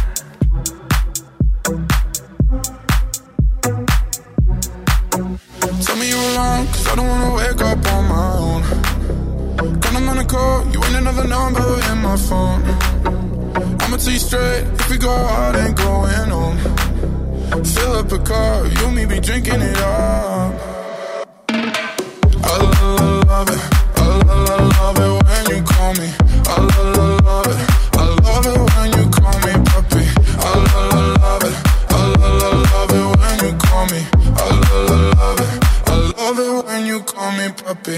Tell me you alone, cause I don't wanna wake up on my own. When I'm gonna call, you ain't another number in my phone. I'ma tell you straight, if we go out, ain't going home. Fill up a car, you and me be drinking it up. I love, love it, I love, love it when you call me. I love, love it, I love it when you call me puppy. I love, love it, I love, love it when you call me. I love, love it, I love it when you call me puppy.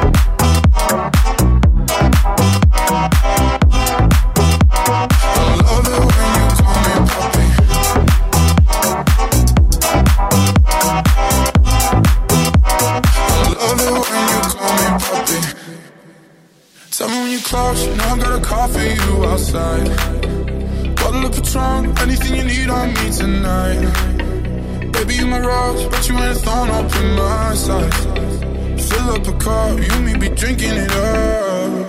Tell me when you close, you know I got a call for you outside. Bottle of Patron, anything you need on me tonight. Baby, you my rose, but you ain't thrown up in my side. Fill up a car, you and me be drinking it up.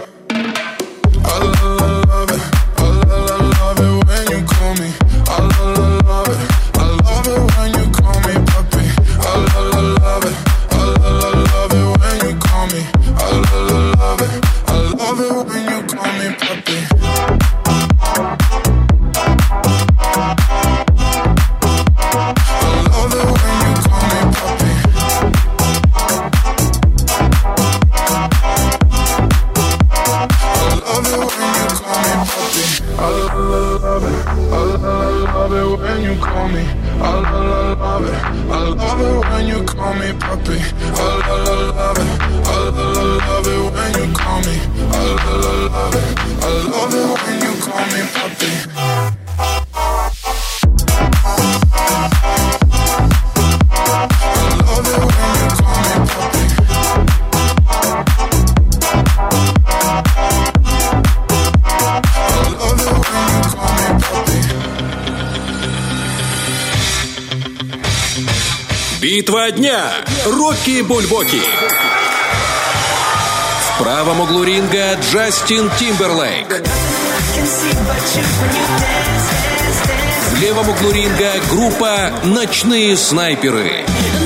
I love, love it, I love, love it when you call me. I love, love it, I love it when you call me puppy. I love, love it, I love, love it when you call me. I love, love it, I love it when you call me puppy. I love it, I love it when you call me. I love, love it, I love it when you call me puppy. I love, love it, I love, love it when you call me. I love, love it, I love it when you call me puppy. Битва дня. Рокки Бульбоки. В правом углу ринга Джастин Тимберлейк. В левом углу ринга группа «Ночные снайперы».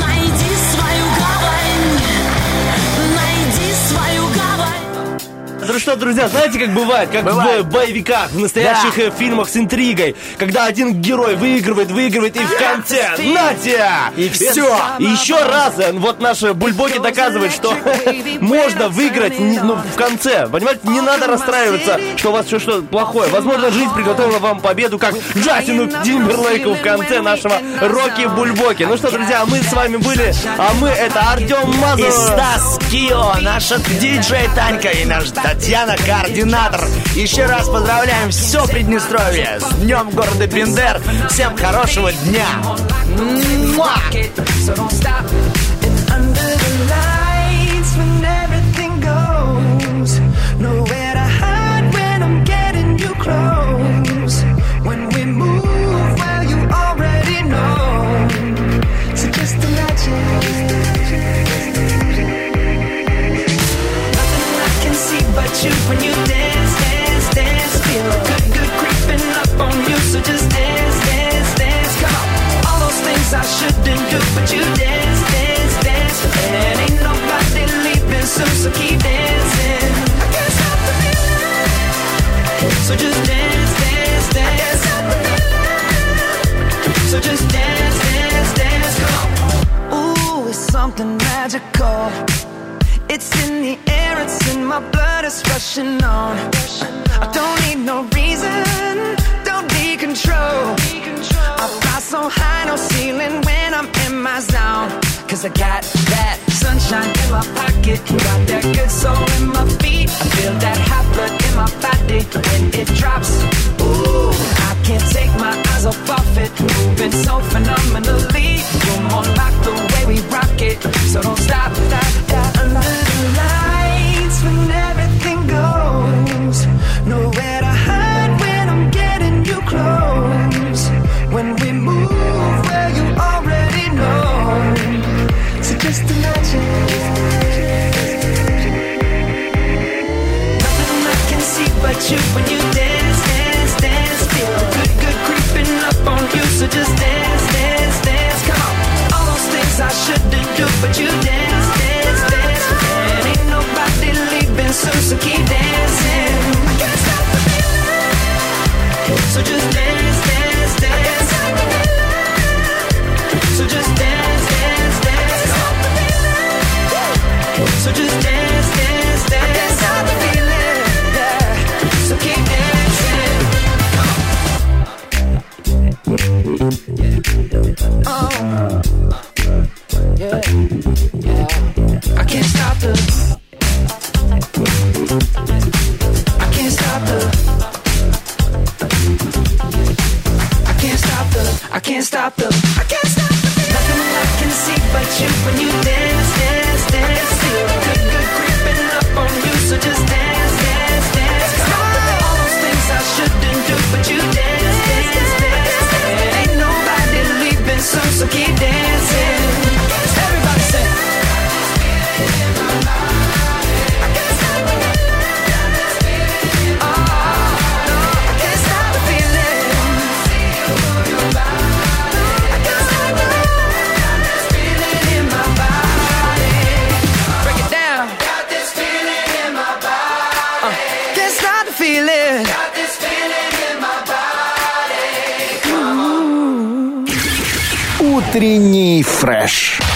Ну что, друзья, знаете, как бывает, как Бывает. в боевиках, в настоящих Да. э, фильмах с интригой, когда один герой выигрывает, выигрывает, и в конце, Натя! И всё. И еще раз, э, вот наши Бульбоки доказывают, что можно выиграть не- ну, в конце. Понимаете, не надо расстраиваться, что у вас что-то плохое. Возможно, жизнь приготовила вам победу, как Джастину Тимберлейку в конце нашего Рокки Бульбоки. Ну что, друзья, мы с вами были, а мы это Артем Мазур. И Стас Кио, наша диджей Танька и наш Татьяна, координатор. Еще раз поздравляем все Приднестровье с Днем города Бендер. Всем хорошего дня. Муа! So don't stop. And under the lights, when everything goes, nowhere to hide when I'm getting you close. When we move, well, you already know. So just imagine. Nothing I can see but you when you dance, dance, dance. Feel good, good creeping up on you. So just dance, dance, dance. Come on. All those things I shouldn't do, but you dance, dance, dance. And ain't nobody leaving soon, so keep dancing. I can't stop the feeling. So just dance, dance, dance. I can't stop the feeling. So just dance, dance, dance. Come on. Ooh, it's something. something magical. It's in the air, it's in my blood, it's rushing on. I don't need no reason, don't need control. I fly so high, no ceiling when I'm in my zone. Cause I got that sunshine in my pocket, got that good soul in my feet. I feel that hot blood in my body when it drops. Ooh, I can't take my eyes off of it, moving so phenomenally. You're more like the way we rock it, so don't stop, stop, stop. Under the lights when everything goes, nowhere to hide when I'm getting you close. When we move where you already know, so just imagine. Nothing I can see but you when you dance, dance, dance. Feel good, good creeping up on you, so just dance, dance, dance. Come on, all those things I shouldn't do, but you dance, dance, dance. And ain't nobody leaving soon, so keep dancing. I can't stop the feeling, so just dance, dance, dance. So just dance, dance, dance. So just dance, dance, dance. I can't stop the feeling, yeah. So keep dancing. Oh, yeah, yeah. I can't stop the. I can't stop the. I can't stop the. I can't stop the. I can't stop the. Nothing I can see but you when you dance, dance, dance. Feel good, good creeping up on you, so just dance, dance, dance. All those things I shouldn't do, but you dance, dance, dance. And ain't nobody leaving soon, so keep dancing. Everybody say. I can't stop the feeling. Oh, no, I can't stop the feeling. I can't stop the feeling in my body. Break it down. Got this feeling in my body. Uh, can't stop the feeling. Got this feeling in my body. Утренний фреш.